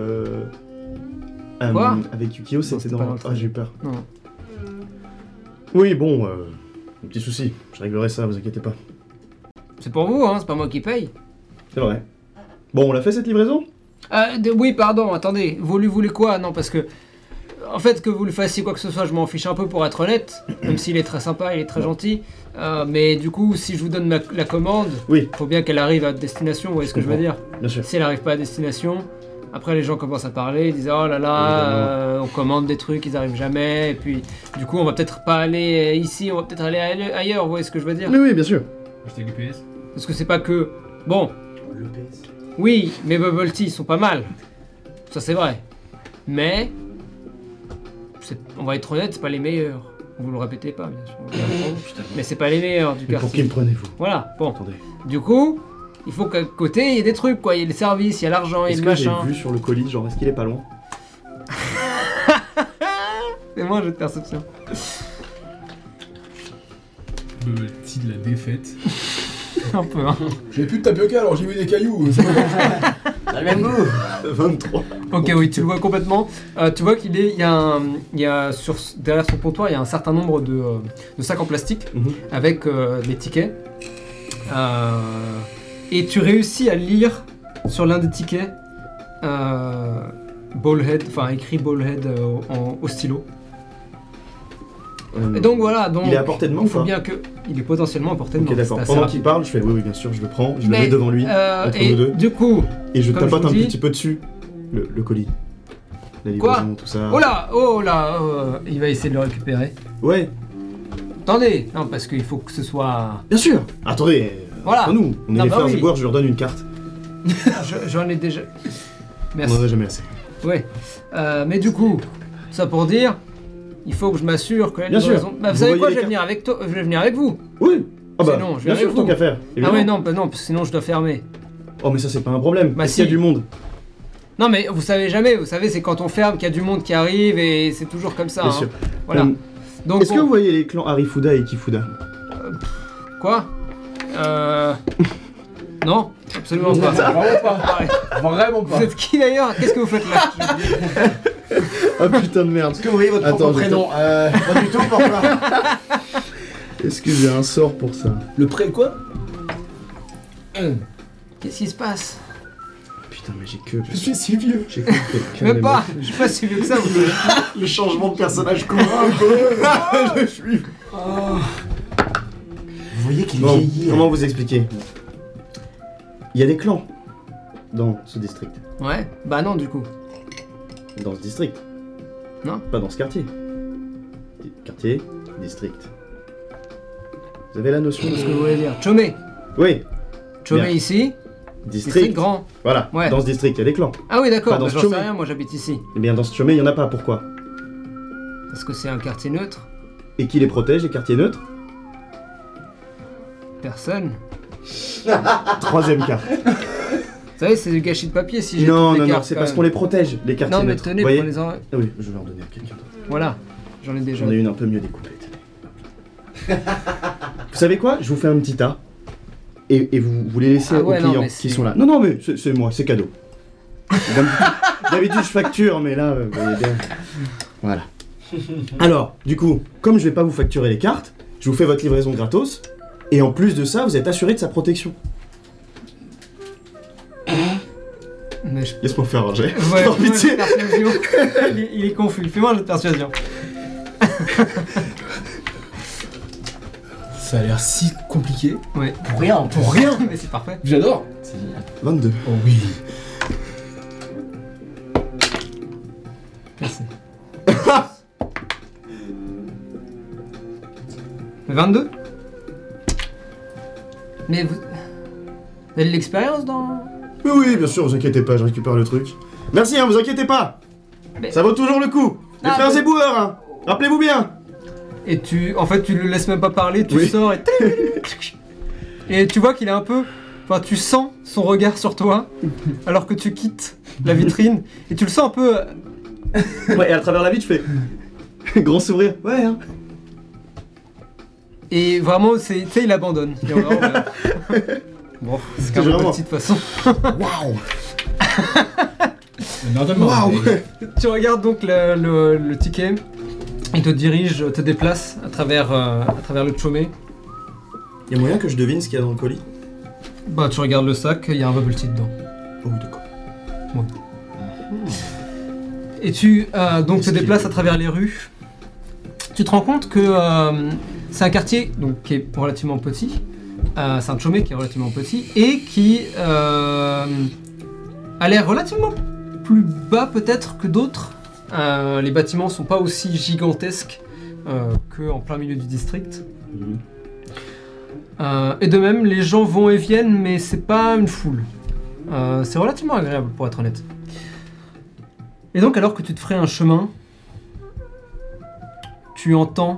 Quoi? avec Yukio, c'était c'était pas dans dans... le Ah, j'ai eu peur. Non. Oui, bon, un petit souci. Je réglerai ça, vous inquiétez pas. C'est pour vous, hein, c'est pas moi qui paye. C'est vrai. Bon, on l'a fait cette livraison? Oui, pardon, attendez, vous lui voulez quoi? Non, parce que, en fait, que vous le fassiez quoi que ce soit, je m'en fiche un peu pour être honnête, même s'il est très sympa, il est très gentil, mais du coup, si je vous donne la commande, Oui, faut bien qu'elle arrive à destination, vous voyez ce que je veux comprends. dire? bien sûr. Si elle arrive pas à destination, après les gens commencent à parler, ils disent oh là là, on commande des trucs, ils arrivent jamais, et puis du coup on va peut-être pas aller ici, on va peut-être aller ailleurs, vous voyez ce que je veux dire? Oui, oui, bien sûr. Acheter du PS. Parce que c'est pas que, bon, Le PS. oui, mes bubble tea sont pas mal, ça c'est vrai, mais on va être honnête, c'est pas les meilleurs. Vous le répétez pas, bien sûr. Mais c'est pas les meilleurs du Mais pour quartier. qui me prenez-vous? Voilà, bon. Attendez. Du coup, il faut qu'à côté, il y ait des trucs, quoi. Il y ait les services, il y a l'argent, il y a Est-ce le que j'ai machin. vu sur le colis, genre, est-ce qu'il est pas loin? C'est moi, jeu de perception. Bubble tea de la défaite. Un peu, hein. J'ai plus de tapioca alors j'ai vu des cailloux. C'est pas dangereux. Ça a le même goût. 23. Ok, oui, tu le vois complètement. Tu vois qu'il est, il y a derrière son comptoir, il y a un certain nombre de sacs en plastique Mhm. avec des tickets. Et tu réussis à lire sur l'un des tickets Ballhead, enfin écrit Ballhead au stylo. Et donc voilà, donc Il est à portée de main il ou faut pas? bien que il est potentiellement à portée de main. Ok, d'accord. c'est assez Pendant rapide. qu'il parle, je fais oui, oui, bien sûr, je le prends, je le Mais, mets devant lui, entre et nous deux, du coup, et je comme je tapote vous un dis- petit peu dessus le colis. La Quoi? livraison, tout ça. oh là, il va essayer de le récupérer. Ouais, Attendez, non parce qu'il faut que ce soit. bien sûr. Attendez, Voilà. entre nous, on est Non, les bah frères oui. éboueurs, je lui redonne une carte. J'en ai déjà. On Merci. en a jamais assez. Ouais. Mais du coup, ça pour dire, il faut que je m'assure que la Bien sûr. livraison. Bah, vous Vous savez voyez quoi, les je vais venir avec toi, je vais venir avec vous. Oui. Ah bah, Sinon, je vais bien sûr, avec tant vous. qu'à faire. Ah évidemment. ouais, non, bah non, parce que sinon je dois fermer. Oh, mais ça, c'est pas un problème. Bah, Est-ce qu'il y a si. du monde? Non mais vous savez jamais, vous savez c'est quand on ferme qu'il y a du monde qui arrive et c'est toujours comme ça. Bien hein. sûr. Voilà. Donc Est-ce que vous voyez les clans Harifuda et Ikifuda? Quoi Non, absolument pas. Vraiment pas. Pareil. Vraiment pas. Vous êtes qui d'ailleurs? Qu'est-ce que vous faites là? Ah putain de merde. Est-ce que vous voyez votre Attends, propre prénom Pas du tout, pourquoi? Est-ce que j'ai un sort pour ça? Le pré quoi? Qu'est-ce qui se passe? Putain, mais j'ai que... Je suis si vieux. J'ai que... Même pas. Je suis pas si vieux que ça. Le changement de personnage commun. Je suis... Vous voyez qu'il Bon, vieillit. comment vous expliquer? Il y a des clans dans ce district. Ouais. Bah non du coup. Dans ce district. Non. Pas dans ce quartier. Quartier, district. Vous avez la notion de Qu'est-ce que vous voulez dire? Chomé. Oui, Chomé Bien. ici. District district. grand. Voilà, Ouais. dans ce district, il y a des clans. Ah oui d'accord. Pas dans Bah, ce j'en sais Chomé. rien. Moi j'habite ici. Eh bien, dans ce chemin, il n'y en a pas. Pourquoi? Parce que c'est un quartier neutre. Et qui les protège, les quartiers neutres? Personne. Troisième carte. Vous savez c'est du gâchis de papier si j'ai Non, toutes les non, non, cartes, c'est quand parce même. qu'on les protège, les quartiers Non mais neutres. tenez, Vous voyez? prenez-en. Ah oui, je vais en donner à quelqu'un d'autre. Voilà. J'en ai déjà. J'en ai une un peu mieux découpée. tenez. Vous savez quoi? Je vous fais un petit tas. Et vous les laissez Ah aux ouais, non, clients mais qui c'est- sont là. Non, non, mais c'est moi, c'est cadeau. D'habitude, je facture, mais là, vous voyez bien. Voilà. Alors, du coup, comme je vais pas vous facturer les cartes, je vous fais votre livraison gratos. Et en plus de ça, vous êtes assuré de sa protection. Mais je... Laisse-moi faire un jet. Ouais, Par fais-moi pitié. le persuasion. il est confus. Fais-moi le persuasion. Ça a l'air si compliqué. Ouais. Pour rien. Pour rien. Mais c'est parfait. J'adore. 22. Oh oui. Merci. Mais 22. Mais vous avez de l'expérience dans... Oui, oui, bien sûr, vous inquiétez pas, je récupère le truc. Merci, hein, vous inquiétez pas. Mais- Ça vaut toujours le coup. Les Ah, frères mais- éboueurs, hein. Rappelez-vous bien. Et en fait, tu le laisses même pas parler, tu Oui. sors et... Et tu vois qu'il est un peu... Enfin, tu sens son regard sur toi, alors que tu quittes la vitrine, et tu le sens un peu... Ouais, et à travers la vie, je fais... Grand sourire. Ouais, hein. Et vraiment, tu sais, il abandonne. Il est vraiment, bon, c'est quand même Vraiment. petit de toute façon. Waouh. Normalement. Waouh. Tu regardes donc le ticket, il te dirige, te déplace à travers le chômé. Il y a moyen que je devine ce qu'il y a dans le colis? Bah, tu regardes le sac, il y a un bubble tea dedans. Oh, d'accord. Et tu donc te Qu'est-ce déplaces qu'il- à travers les rues. Tu te rends compte que c'est un quartier donc, qui est relativement petit. C'est un chômé qui est relativement petit et qui a l'air relativement plus bas peut-être que d'autres. Les bâtiments sont pas aussi gigantesques qu'en plein milieu du district. Et de même, les gens vont et viennent, mais c'est pas une foule. C'est relativement agréable, pour être honnête. Et donc, alors que tu te ferais un chemin, tu entends...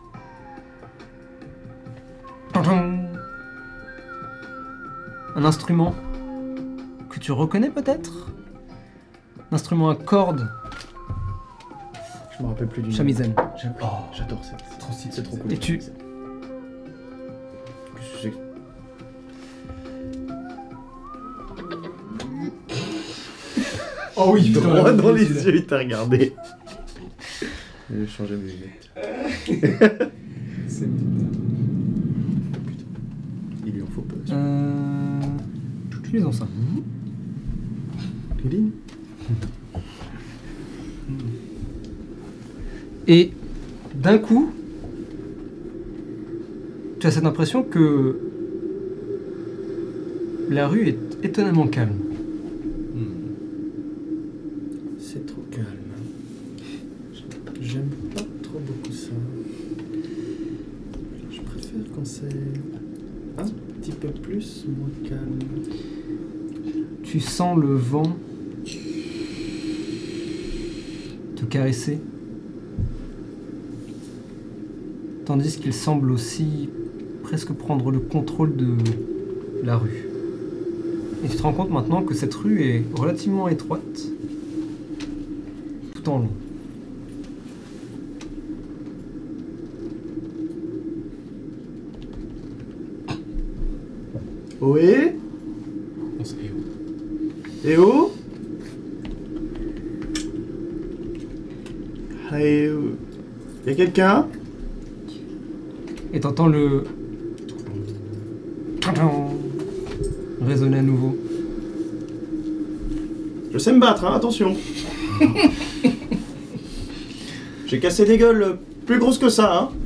un instrument que tu reconnais peut-être? Un instrument à cordes, Je me rappelle plus du nom. shamisen. J'adore ça. C'est trop stylé, c'est trop cool. Et tu- Qu'est-ce que c'est que- Oh oui, putain, Droit dans les celui-là. yeux, il t'a regardé. Je vais changer mes lunettes. Il lui en faut peu. Utilisons ça. Céline. Et d'un coup, tu as cette impression que la rue est étonnamment calme. C'est trop calme. J'aime pas trop beaucoup ça. Je préfère quand c'est un petit peu plus moins calme. Tu sens le vent te caresser, tandis qu'il semble aussi presque prendre le contrôle de la rue. Et tu te rends compte maintenant que cette rue est relativement étroite, tout en long. Ohé Non, c'est Eo. Eh oh Eh oh. Y'a quelqu'un? Et t'entends le résonner à nouveau. Je sais me battre, hein, attention. J'ai cassé des gueules plus grosses que ça, hein.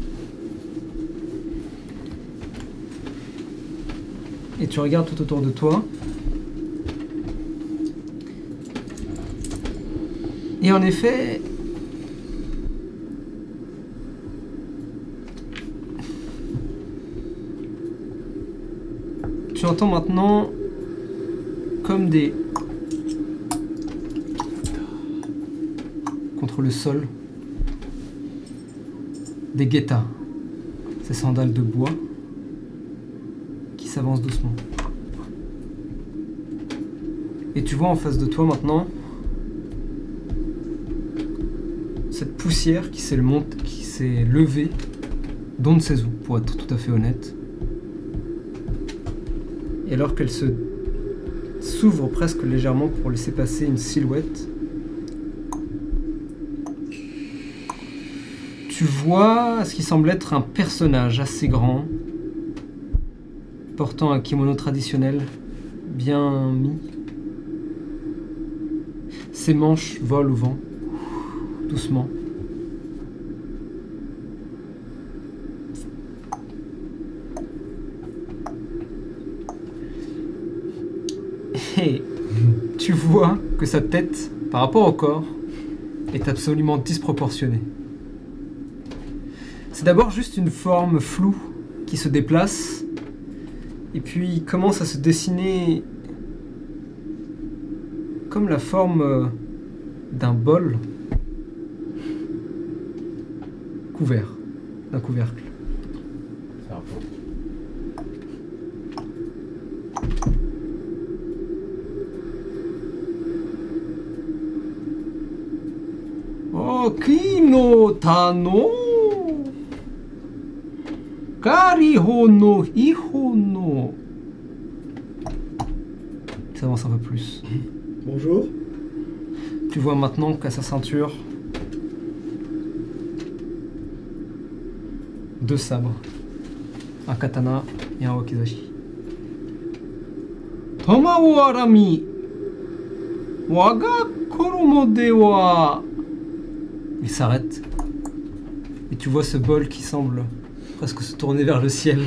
Et tu regardes tout autour de toi. Et en effet, tu entends maintenant comme des contre le sol des guettas, ces sandales de bois qui s'avancent doucement. Et tu vois en face de toi maintenant cette poussière qui s'est levée d'on ne sait où, pour être tout à fait honnête. Et alors qu'elle s'ouvre presque légèrement pour laisser passer une silhouette, tu vois ce qui semble être un personnage assez grand, portant un kimono traditionnel bien mis. Ses manches volent au vent, doucement. Et tu vois que sa tête, par rapport au corps, est absolument disproportionnée. C'est d'abord juste une forme floue qui se déplace, et puis commence à se dessiner comme la forme d'un bol couvert, d'un couvercle. C'est un peu. Okino tano Kariho no Iho no. Ça avance un peu plus. Bonjour. Tu vois maintenant qu'à sa ceinture, 2 sabres, un katana et un wakizashi. Tomao arami waga koromo de wa. Il s'arrête et tu vois ce bol qui semble presque se tourner vers le ciel.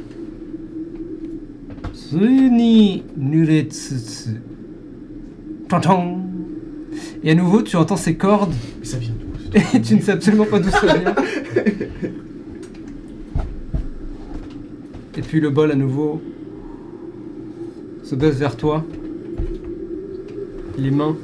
Tsuni nuretsutsu. Tantang. Et à nouveau, tu entends ces cordes. Mais ça vient d'où? Et tu ne sais absolument pas d'où ça vient. Et puis le bol à nouveau se baisse vers toi. Les mains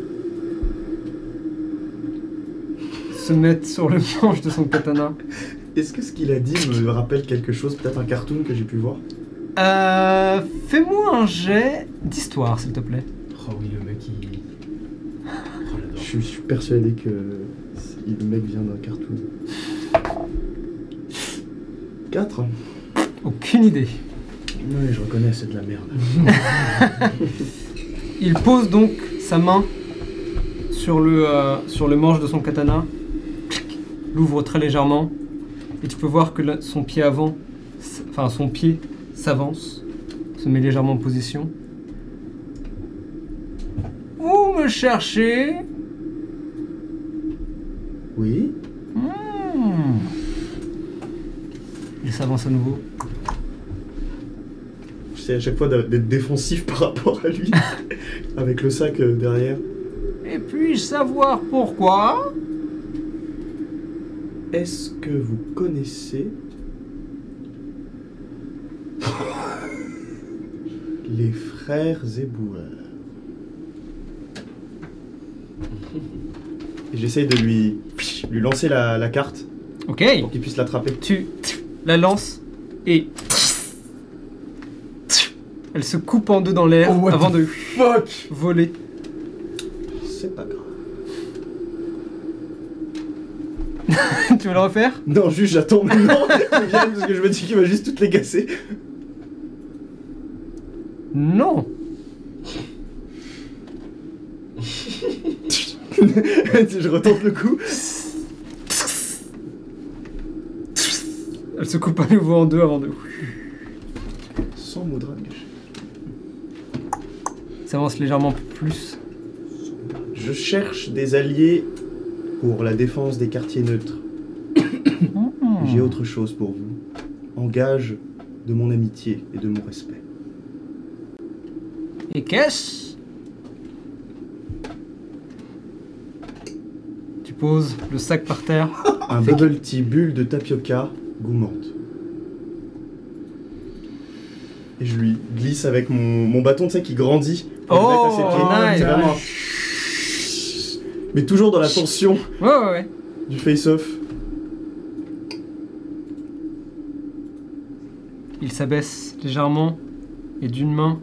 se mettent sur le manche de son katana. Est-ce que ce qu'il a dit me rappelle quelque chose? Peut-être un cartoon que j'ai pu voir? Fais-moi un jet d'histoire, s'il te plaît. Oh oui, le mec, il... Oh, j'adore. Je suis persuadé que le mec vient d'un cartoon. 4. Aucune idée. Oui, je reconnais, c'est de la merde. Il pose donc sa main sur le manche de son katana, l'ouvre très légèrement, et tu peux voir que son pied avant, enfin son pied s'avance, se met légèrement en position. Vous me cherchez? Oui. Il s'avance à nouveau. J'essaie à chaque fois d'être défensif par rapport à lui, avec le sac derrière. Et puis-je savoir pourquoi? Est-ce que vous connaissez les frères éboueurs? Et j'essaye de lui lancer la carte Ok. pour qu'il puisse l'attraper. Tu la lances et Elle se coupe en deux dans l'air Oh, what avant de Fuck. voler. C'est pas grave. Tu veux le refaire? Non, juste j'attends maintenant qu'il vienne parce que je me dis qu'il va juste toutes les casser. Non. Je retente le coup. Elle se coupe à nouveau en deux avant de... Sans mot de rage. Ça avance légèrement plus. Je cherche des alliés pour la défense des quartiers neutres. J'ai autre chose pour vous. En gage de mon amitié et de mon respect. Et qu'est-ce? Tu poses le sac par terre. Un bubble tea bulle de tapioca gourmande. Et je lui glisse avec mon bâton, tu sais, qui grandit. Pour le mettre à ses pieds. nice. C'est vraiment... Mais toujours dans la tension Ouais. du face-off. Il s'abaisse légèrement et d'une main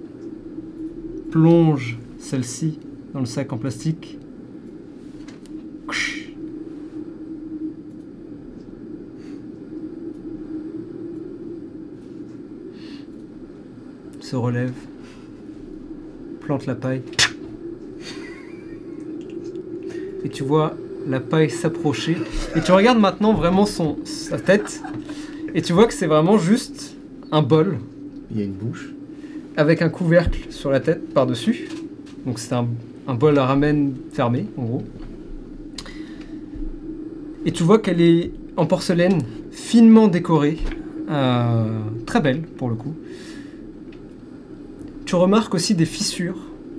plonge celle-ci dans le sac en plastique. Se relève, plante la paille. Et tu vois la paille s'approcher. Et tu regardes maintenant vraiment sa tête. Et tu vois que c'est vraiment juste un bol Il y a une bouche. avec un couvercle sur la tête par-dessus. Donc c'est un bol à ramen fermé, en gros. Et tu vois qu'elle est en porcelaine, finement décorée. Très belle, pour le coup. Tu remarques aussi des fissures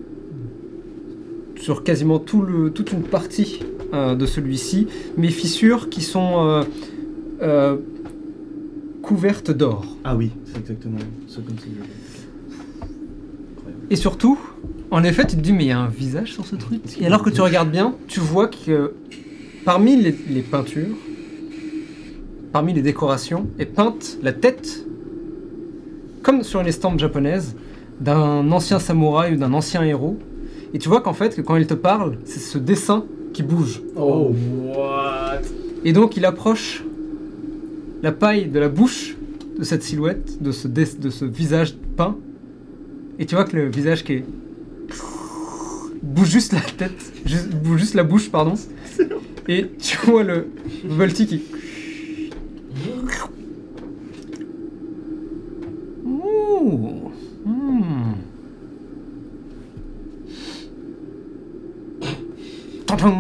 sur quasiment toute une partie de celui-ci, mais fissures qui sont couvertes d'or. Ah oui, c'est exactement ça comme ça. Et surtout, en effet, tu te dis, mais il y a un visage sur ce truc. Et alors que tu regardes bien, tu vois que parmi les peintures, parmi les décorations, est peinte la tête, comme sur une estampe japonaise, d'un ancien samouraï ou d'un ancien héros. Et tu vois qu'en fait, que quand il te parle, c'est ce dessin qui bouge. Oh, what? Et donc il approche la paille de la bouche de cette silhouette, de ce visage peint. Et tu vois que le visage qui est... bouge juste la tête, bouge juste la bouche, pardon. Et tu vois le Volti qui... Ouh. Tantan.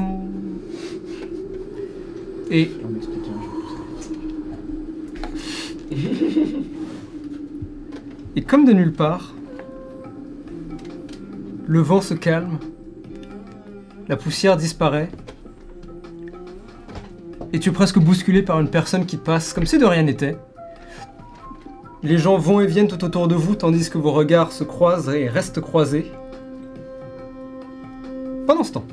Et comme de nulle part, le vent se calme, la poussière disparaît, et tu es presque bousculé par une personne qui passe comme si de rien n'était. Les gens vont et viennent tout autour de vous, tandis que vos regards se croisent et restent croisés. Pendant ce temps.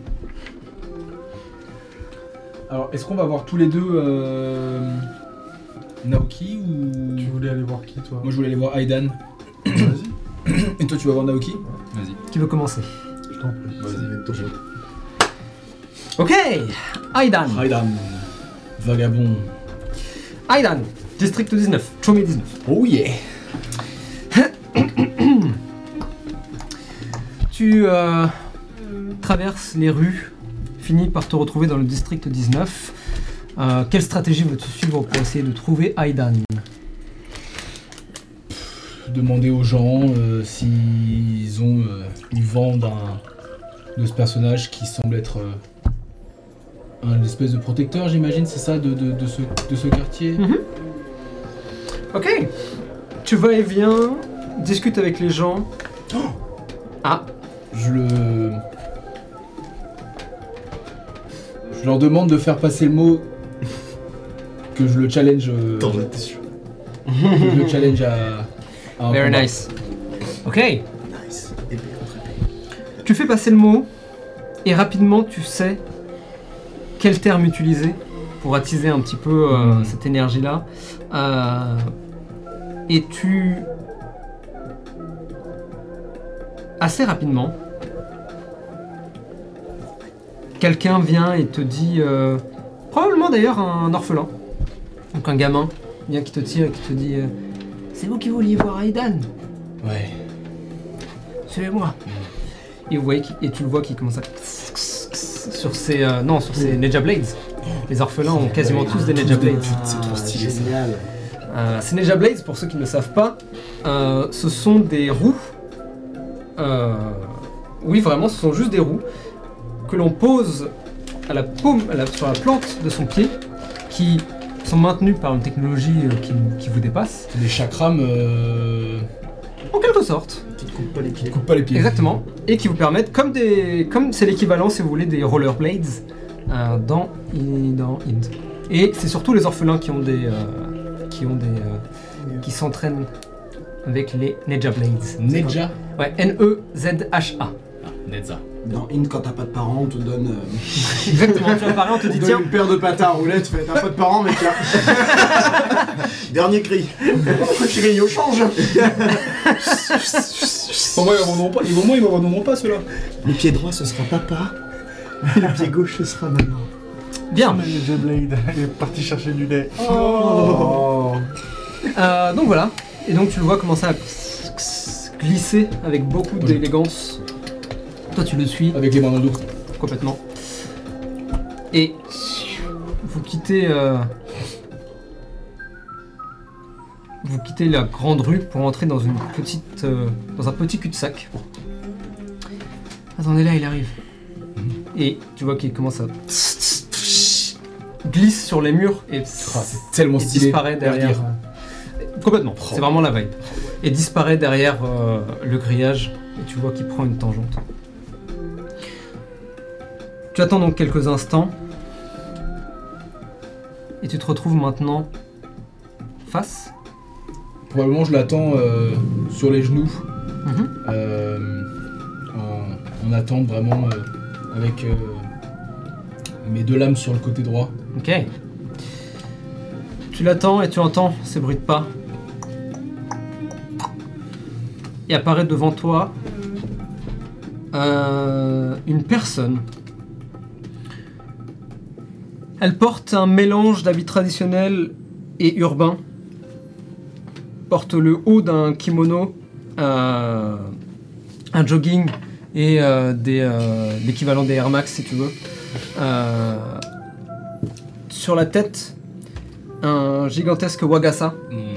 Alors, est-ce qu'on va voir tous les deux Naoki ou... Tu voulais aller voir qui, toi? Moi, je voulais aller voir Aidan. Vas-y, Et toi, tu vas voir Naoki? Vas-y. Qui veut commencer? je t'en prie. Vas-y. Ok, Aidan. Aidan. Vagabond. Aidan, district 19, Chomé 19. Oh yeah. Tu traverses les rues, finis par te retrouver dans le district 19. Quelle stratégie veux-tu suivre pour essayer de trouver Aidan? Demander aux gens s'ils ont eu vent de ce personnage qui semble être un espèce de protecteur, j'imagine, c'est ça, de ce quartier. Ok. Tu vas et viens, discute avec les gens. Ah. Je leur demande de faire passer le mot que je le challenge. Attends, j'étais sûr. Que je le challenge à un Very combat. nice. Ok. Nice. Épée contre épée. Tu fais passer le mot et rapidement tu sais quel terme utiliser pour attiser un petit peu cette énergie-là. Et tu assez rapidement, quelqu'un vient et te dit, probablement d'ailleurs un orphelin, donc un gamin, vient qui te tire et qui te dit c'est vous qui vouliez voir Aidan? Ouais. Suivez-moi. Et, et tu le vois qui commence à... sur ses... sur ses Ninja Blades. Les orphelins ont quasiment tous des Ninja Blades. C'est trop stylé, ça. Génial. Ces Ninja Blades, pour ceux qui ne le savent pas, ce sont des roues. Oui, vraiment, ce sont juste des roues que l'on pose à la paume, sur la plante de son pied, qui sont maintenues par une technologie qui vous dépasse. Les chakrams En quelque sorte. Tu te coupes pas les pieds. coupe pas les pieds. Exactement. Et qui vous permettent, comme c'est l'équivalent, si vous voulez, des rollerblades dans Inde. Et c'est surtout les orphelins qui s'entraînent avec les Ninja Blades. Nedja. Ouais, N-E-Z-H-A. Nedza. Dans Inde, quand t'as pas de parents, on te donne Exactement, tu apparais, on te dit tiens. une paire de patins à roulettes, tu fais t'as pas de parents, mais tiens. Dernier cri. Chérie, au change. Pour moi, ils m'abandonneront pas ceux-là. Le pied droit, ce sera papa. Et le pied gauche, ce sera maman. Bien. Mais Ninja Blade, il est parti chercher du lait. Oh. Donc voilà. Et donc tu le vois commencer à glisser avec beaucoup d'élégance. Toi tu le suis Avec les mains dans le dos. complètement. Et vous quittez la grande rue pour entrer dans une petite dans un petit cul-de-sac. Attendez là, il arrive. Et tu vois qu'il commence à glisse sur les murs et C'est tellement et stylé. disparaît derrière. Complètement, c'est vraiment la vibe. Et disparaît derrière le grillage et tu vois qu'il prend une tangente. Tu attends donc quelques instants et tu te retrouves maintenant face. Probablement, je l'attends sur les genoux. En attente vraiment avec mes deux lames sur le côté droit. Ok. Tu l'attends et tu entends ces bruits de pas. Et apparaît devant toi une personne. Elle porte un mélange d'habits traditionnels et urbains. Porte le haut d'un kimono, un jogging et l'équivalent des Air Max si tu veux. Sur la tête, un gigantesque wagasa.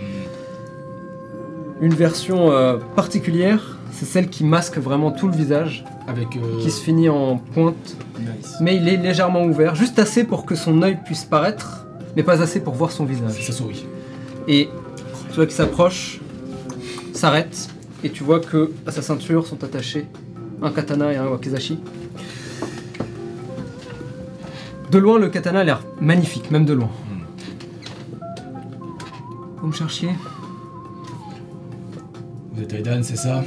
Une version particulière, c'est celle qui masque vraiment tout le visage, Avec. qui se finit en pointe, Nice. mais il est légèrement ouvert, juste assez pour que son œil puisse paraître, mais pas assez pour voir son visage. Ça sourit. Et tu vois qu'il s'approche, s'arrête, et tu vois que à sa ceinture sont attachés un katana et un wakizashi. De loin, le katana a l'air magnifique, même de loin. Vous me cherchiez? Vous êtes Aidan, c'est ça?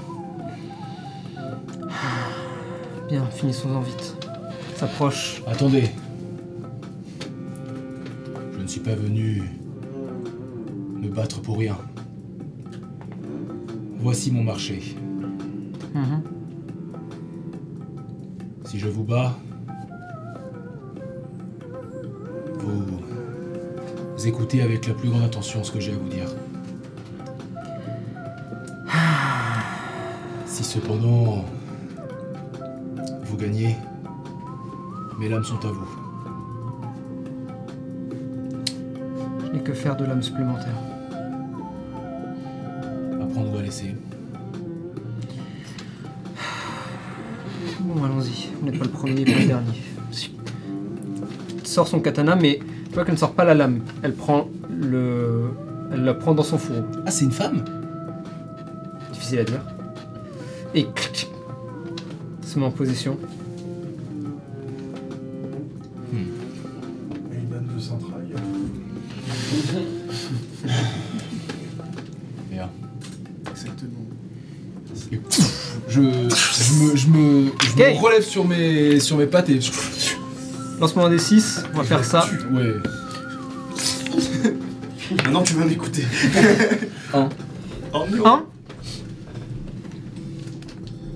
Bien, finissons-en vite. S'approche. Attendez. Je ne suis pas venu me battre pour rien. Voici mon marché. Si je vous bats, vous écoutez avec la plus grande attention ce que j'ai à vous dire. Si cependant vous gagnez, mes lames sont à vous. Je n'ai que faire de l'âme supplémentaire. À prendre ou à laisser. Bon, allons-y. Vous n'êtes pas le premier, pas le dernier. Elle sort son katana, mais tu vois qu'elle ne sort pas la lame. Elle la prend dans son fourreau. Ah, c'est une femme? Difficile à dire. Et se met en position. Aidan de Centrail. Bien. Exactement. Et je me Ok. relève sur mes pattes et... Lancement des 6, on va faire ça. Ouais. Maintenant, tu vas m'écouter. Un. Oh non. 1.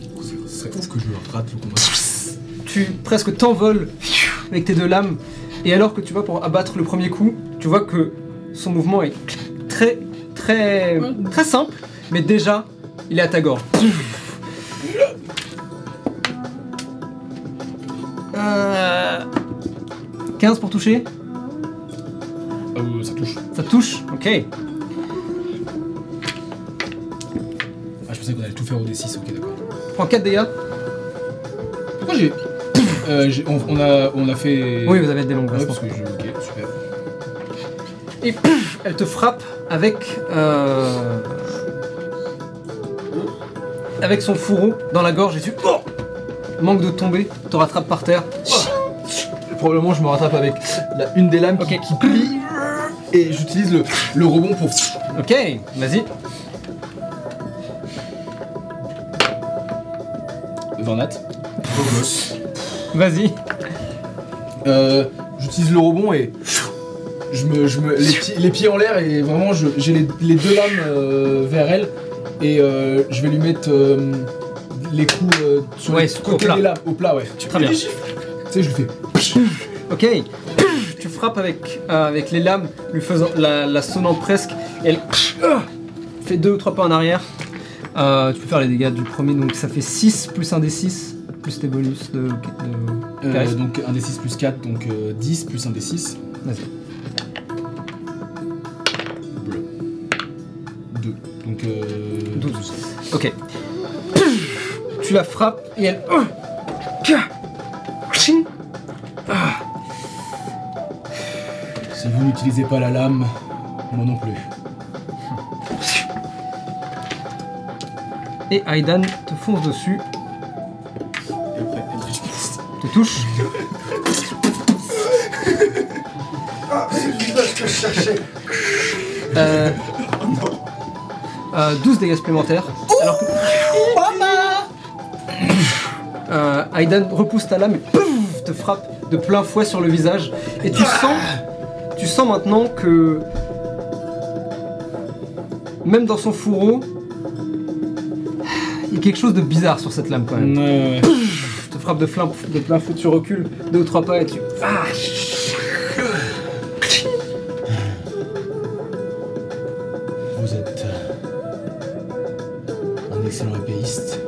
que je rate le combat. Tu presque t'envoles avec tes 2 lames, et alors que tu vas pour abattre le premier coup, tu vois que son mouvement est très simple, mais déjà, il est à ta gorge. 15 pour toucher. Ça touche. Ça touche, ok. Ah, je pensais qu'on allait tout faire au D6, ok, d'accord. Prends 4 dégâts. Pourquoi on a fait... Oui, vous avez des longues Ouais, restes. parce que ok, super. Et elle te frappe avec son fourreau dans la gorge et tu manque de tomber, te rattrapes par terre. Probablement je me rattrape avec une des lames qui plie et j'utilise le rebond pour... Ok, vas-y. 20 nat. Vas-y. J'utilise le rebond et les pieds en l'air et vraiment j'ai les 2 lames vers elle et je vais lui mettre les coups sur Ouais, les côtés des lames, au plat, ouais. Très bien. Tu sais, je lui fais... Ok. Tu frappes avec les lames, lui faisant la sonnant presque. Et elle fait 2 ou 3 pas en arrière. Tu peux faire les dégâts du premier, donc ça fait 6 plus 1 des 6, plus tes bonus de charisme. donc 1 des 6 plus 4, donc 10 plus 1 des 6. Vas-y. Bleu. 2. Donc 12. Ok. Tu la frappes et elle... Si vous n'utilisez pas la lame, moi non plus. Et Aidan te fonce dessus, Et après, te touche. C'est le visage que je cherchais. 12 dégâts supplémentaires. Alors que... Aidan repousse ta lame et pouf, te frappe de plein fouet sur le visage. Et tu sens maintenant que... Même dans son fourreau, il y a quelque chose de bizarre sur cette lame quand même. Ouais. Te frappe de plein fouet, tu recules 2 ou 3 pas et tu... Vous êtes un excellent épéiste.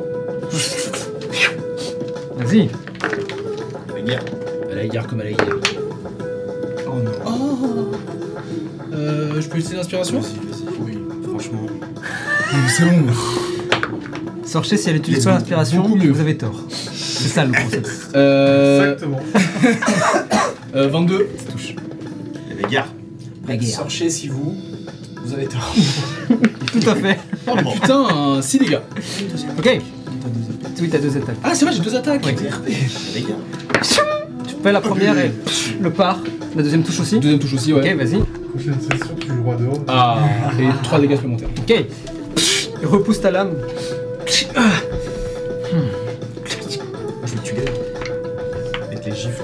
Vas-y. la guerre. À la guerre comme à la guerre. Oh non. Je peux utiliser l'inspiration? Vas-y. Oui, franchement. C'est bon. Sorchez, si elle utilise pas l'inspiration, beaucoup mieux. vous avez tort. C'est ça le concept. Exactement. 22. Ça touche. La guerre. La guerre. Sorchez si vous avez tort. Tout à fait. Oh putain, 6 dégâts. Ok. Oui, t'as 2 attaques. Ah, c'est vrai, j'ai 2 attaques. Oui. La guerre. Tu fais la première et le part. La deuxième touche aussi. Deuxième touche aussi, ouais. Ok, vas-y. Prochaine session, tu joueras dehors. Ah, et 3 dégâts supplémentaires. Ok. Il repousse ta lame. Je me tue gueule. Avec les gifles.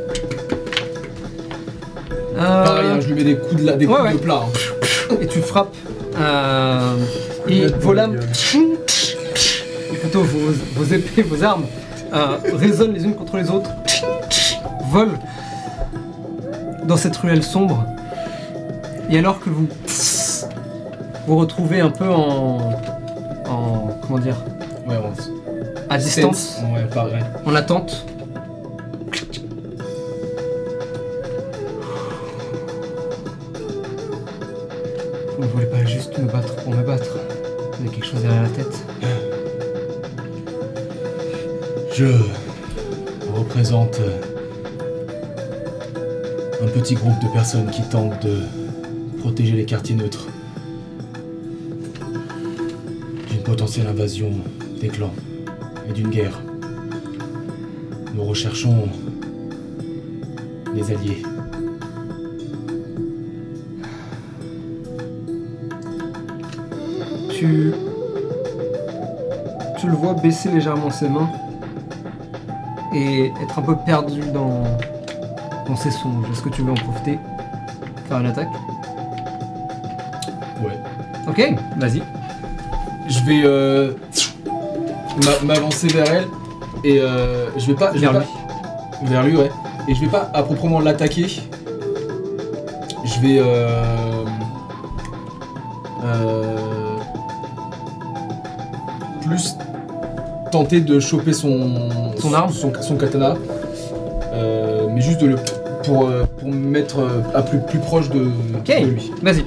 Pareil, hein, je lui mets des coups de, coups ouais. de plat. Hein. Et tu frappes. Et vos lames, ou plutôt vos épées, vos armes, résonnent les unes contre les autres, volent dans cette ruelle sombre. Et alors que vous vous retrouvez un peu en comment dire, Ouais, à distance, Ouais, pareil. en attente. Vous ne voulez pas juste me battre pour me battre. Vous avez quelque chose derrière la tête. Je représente un petit groupe de personnes qui tentent de protéger les quartiers neutres d'une potentielle invasion des clans et d'une guerre. Nous recherchons des alliés. Tu le vois baisser légèrement ses mains et être un peu perdu dans ses songes. Est-ce que tu veux en profiter? Faire une attaque? Ouais. Ok, vas-y. Je vais m'avancer vers elle Et je vais pas... Vers lui. Vers lui, ouais. Et je vais pas à proprement l'attaquer. Je vais... plus tenter de choper son arme, son katana, mais juste pour me mettre à plus proche de lui. Vas-y.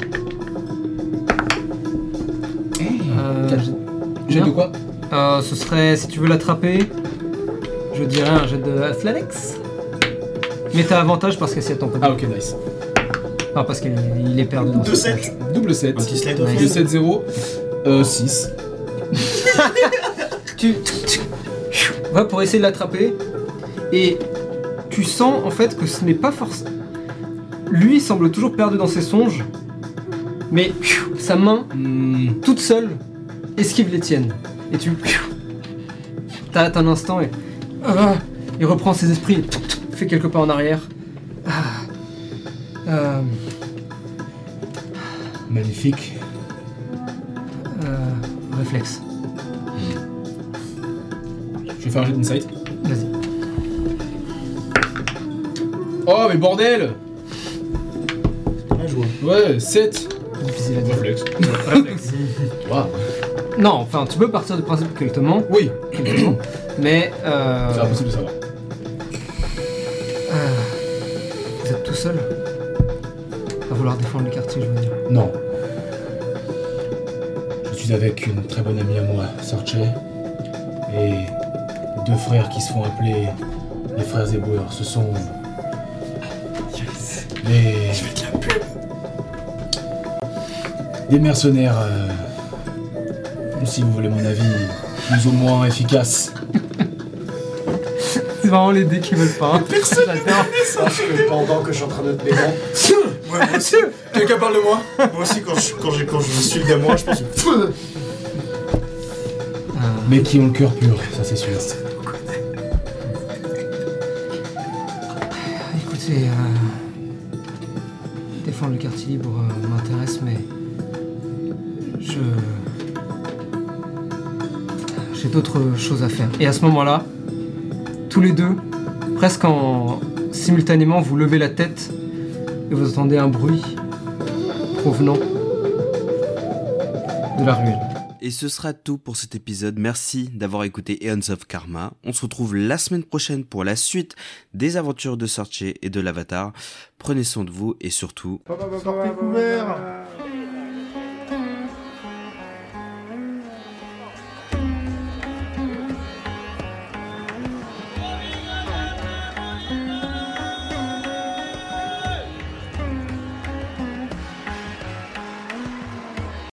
Jet de quoi? Ce serait, si tu veux l'attraper, je dirais un jet de athletics. Mais t'as avantage parce que c'est à ton côté. Ah ok, nice. Enfin, parce qu'il est perdu dans 2-7. Double 7. Un petit slide of Nice. hand. 2-7-0. 6. Tu vas pour essayer de l'attraper et tu sens en fait que ce n'est pas forcément... Lui semble toujours perdu dans ses songes, mais sa main, toute seule, esquive les tiennes. Et tu... T'as un instant et... il reprend ses esprits et fait quelques pas en arrière. Magnifique. Réflexe. Je vais faire un jet d'insight. Vas-y. Oh mais bordel! Bien joué. Ouais, 7. Difficile à dire. Réflexe. Réflexe. Wow. Non, enfin, tu peux partir du principe qu'elle te ment, Oui, mais... c'est impossible de savoir. Vous êtes tout seul à vouloir défendre le quartier, je veux dire. Non. Je suis avec une très bonne amie à moi, Sorche, et deux frères qui se font appeler les frères éboueurs. Ce sont des mercenaires, si vous voulez mon avis, plus ou moins efficaces. C'est vraiment les dés qui veulent pas. Personne. J'adore. Parce que pendant que je suis en train de te défendre, Ouais, moi aussi, Quelqu'un parle de moi? moi aussi quand je suis le moi, je pense que... Mais qui ont le cœur pur, ça c'est sûr. Écoutez, défendre le quartier libre m'intéresse, mais j'ai d'autres choses à faire. Et à ce moment-là, tous les deux, presque simultanément, vous levez la tête et vous entendez un bruit provenant de la ruelle. Et ce sera tout pour cet épisode. Merci d'avoir écouté Aeons of Karma. On se retrouve la semaine prochaine pour la suite des aventures de Sorche et de l'Avatar. Prenez soin de vous et surtout... Sortez couverts.